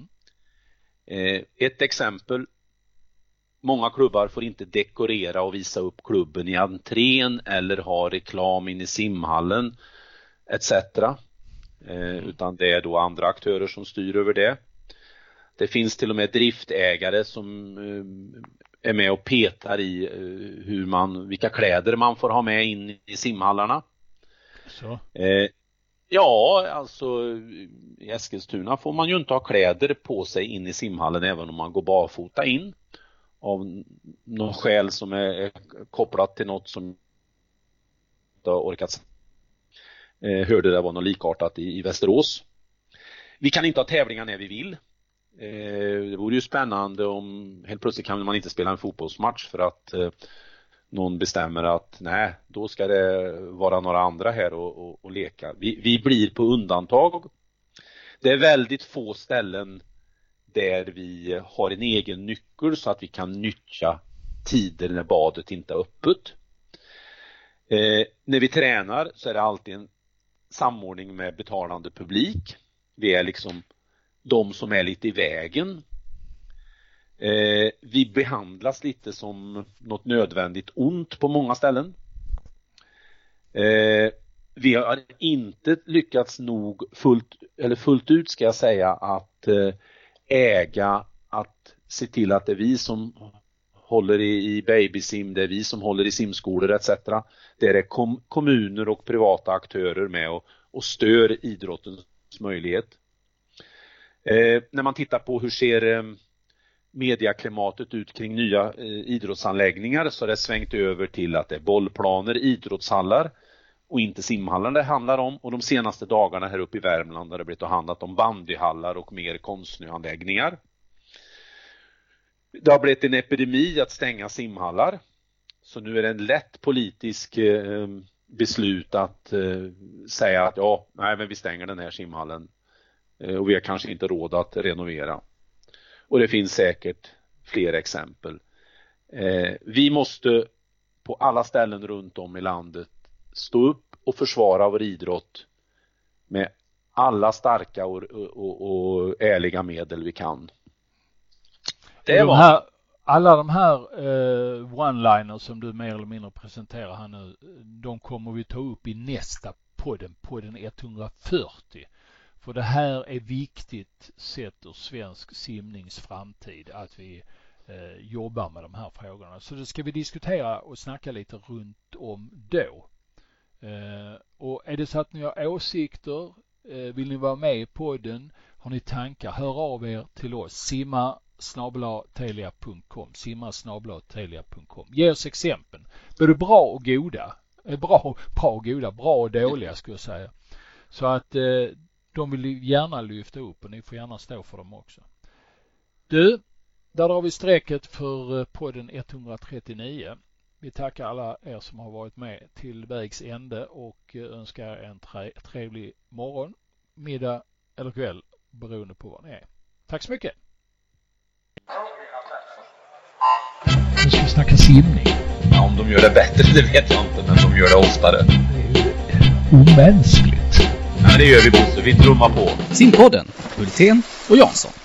Ett exempel. Många klubbar får inte dekorera och visa upp klubben i entrén eller ha reklam in i simhallen etc. Utan det är då andra aktörer som styr över det. Det finns till och med driftägare som är med och petar i vilka kläder man får ha med in i simhallarna. Så. Ja, alltså i Eskilstuna får man ju inte ha kläder på sig in i simhallen även om man går barfota in. Av någon skäl som är kopplat till något som inte har orkat. Hörde det var något likartat i Västerås. Vi kan inte ha tävlingar när vi vill. Det vore ju spännande om helt plötsligt kan man inte spela en fotbollsmatch för att någon bestämmer att nej, då ska det vara några andra här och leka. Vi blir på undantag. Det är väldigt få ställen där vi har en egen nyckel så att vi kan nyttja tider när badet inte är öppet. När vi tränar så är det alltid en samordning med betalande publik. Vi är liksom de som är lite i vägen. Vi behandlas lite som något nödvändigt ont på många ställen. Vi har inte lyckats nog fullt ut ska jag säga att äga att se till att det är vi som håller i babysim, det är vi som håller i simskolor etc. Där är kommuner och privata aktörer med och stör idrottens möjlighet. När man tittar på hur ser mediaklimatet ut kring nya idrottsanläggningar så är det svängt över till att det är bollplaner, idrottshallar och inte simhallar det handlar om. Och de senaste dagarna här uppe i Värmland har det blivit handlat om bandyhallar och mer konstsnöanläggningar. Det har blivit en epidemi att stänga simhallar. Så nu är det en lätt politisk beslut att säga att men vi stänger den här simhallen. Och vi har kanske inte råd att renovera. Och det finns säkert fler exempel. Vi måste på alla ställen runt om i landet stå upp och försvara vår idrott med alla starka och ärliga medel vi kan. Alla de här one-liners som du mer eller mindre presenterar här nu, de kommer vi ta upp i nästa podden 140. För det här är viktigt sett ur svensk simnings framtid att vi jobbar med de här frågorna. Så det ska vi diskutera och snacka lite runt om då. Och är det så att ni har åsikter, vill ni vara med i podden, har ni tankar, hör av er till oss. simma@telia.com. Ge oss exempel. Både bra och goda. Bra och dåliga skulle jag säga. Så att de vill gärna lyfta upp och ni får gärna stå för dem också. Du, där har vi strecket för podden 139. Vi tackar alla er som har varit med till vägs ände och önskar en trevlig morgon, middag eller kväll beroende på vad ni är. Tack så mycket! Nu ska vi snacka simning. Ja, om de gör det bättre, det vet jag inte, men de gör det oftare. Det är ju omänskligt. Ja, men det gör vi, Bosse. Vi trummar på. Simpodden, Hultén och Jansson.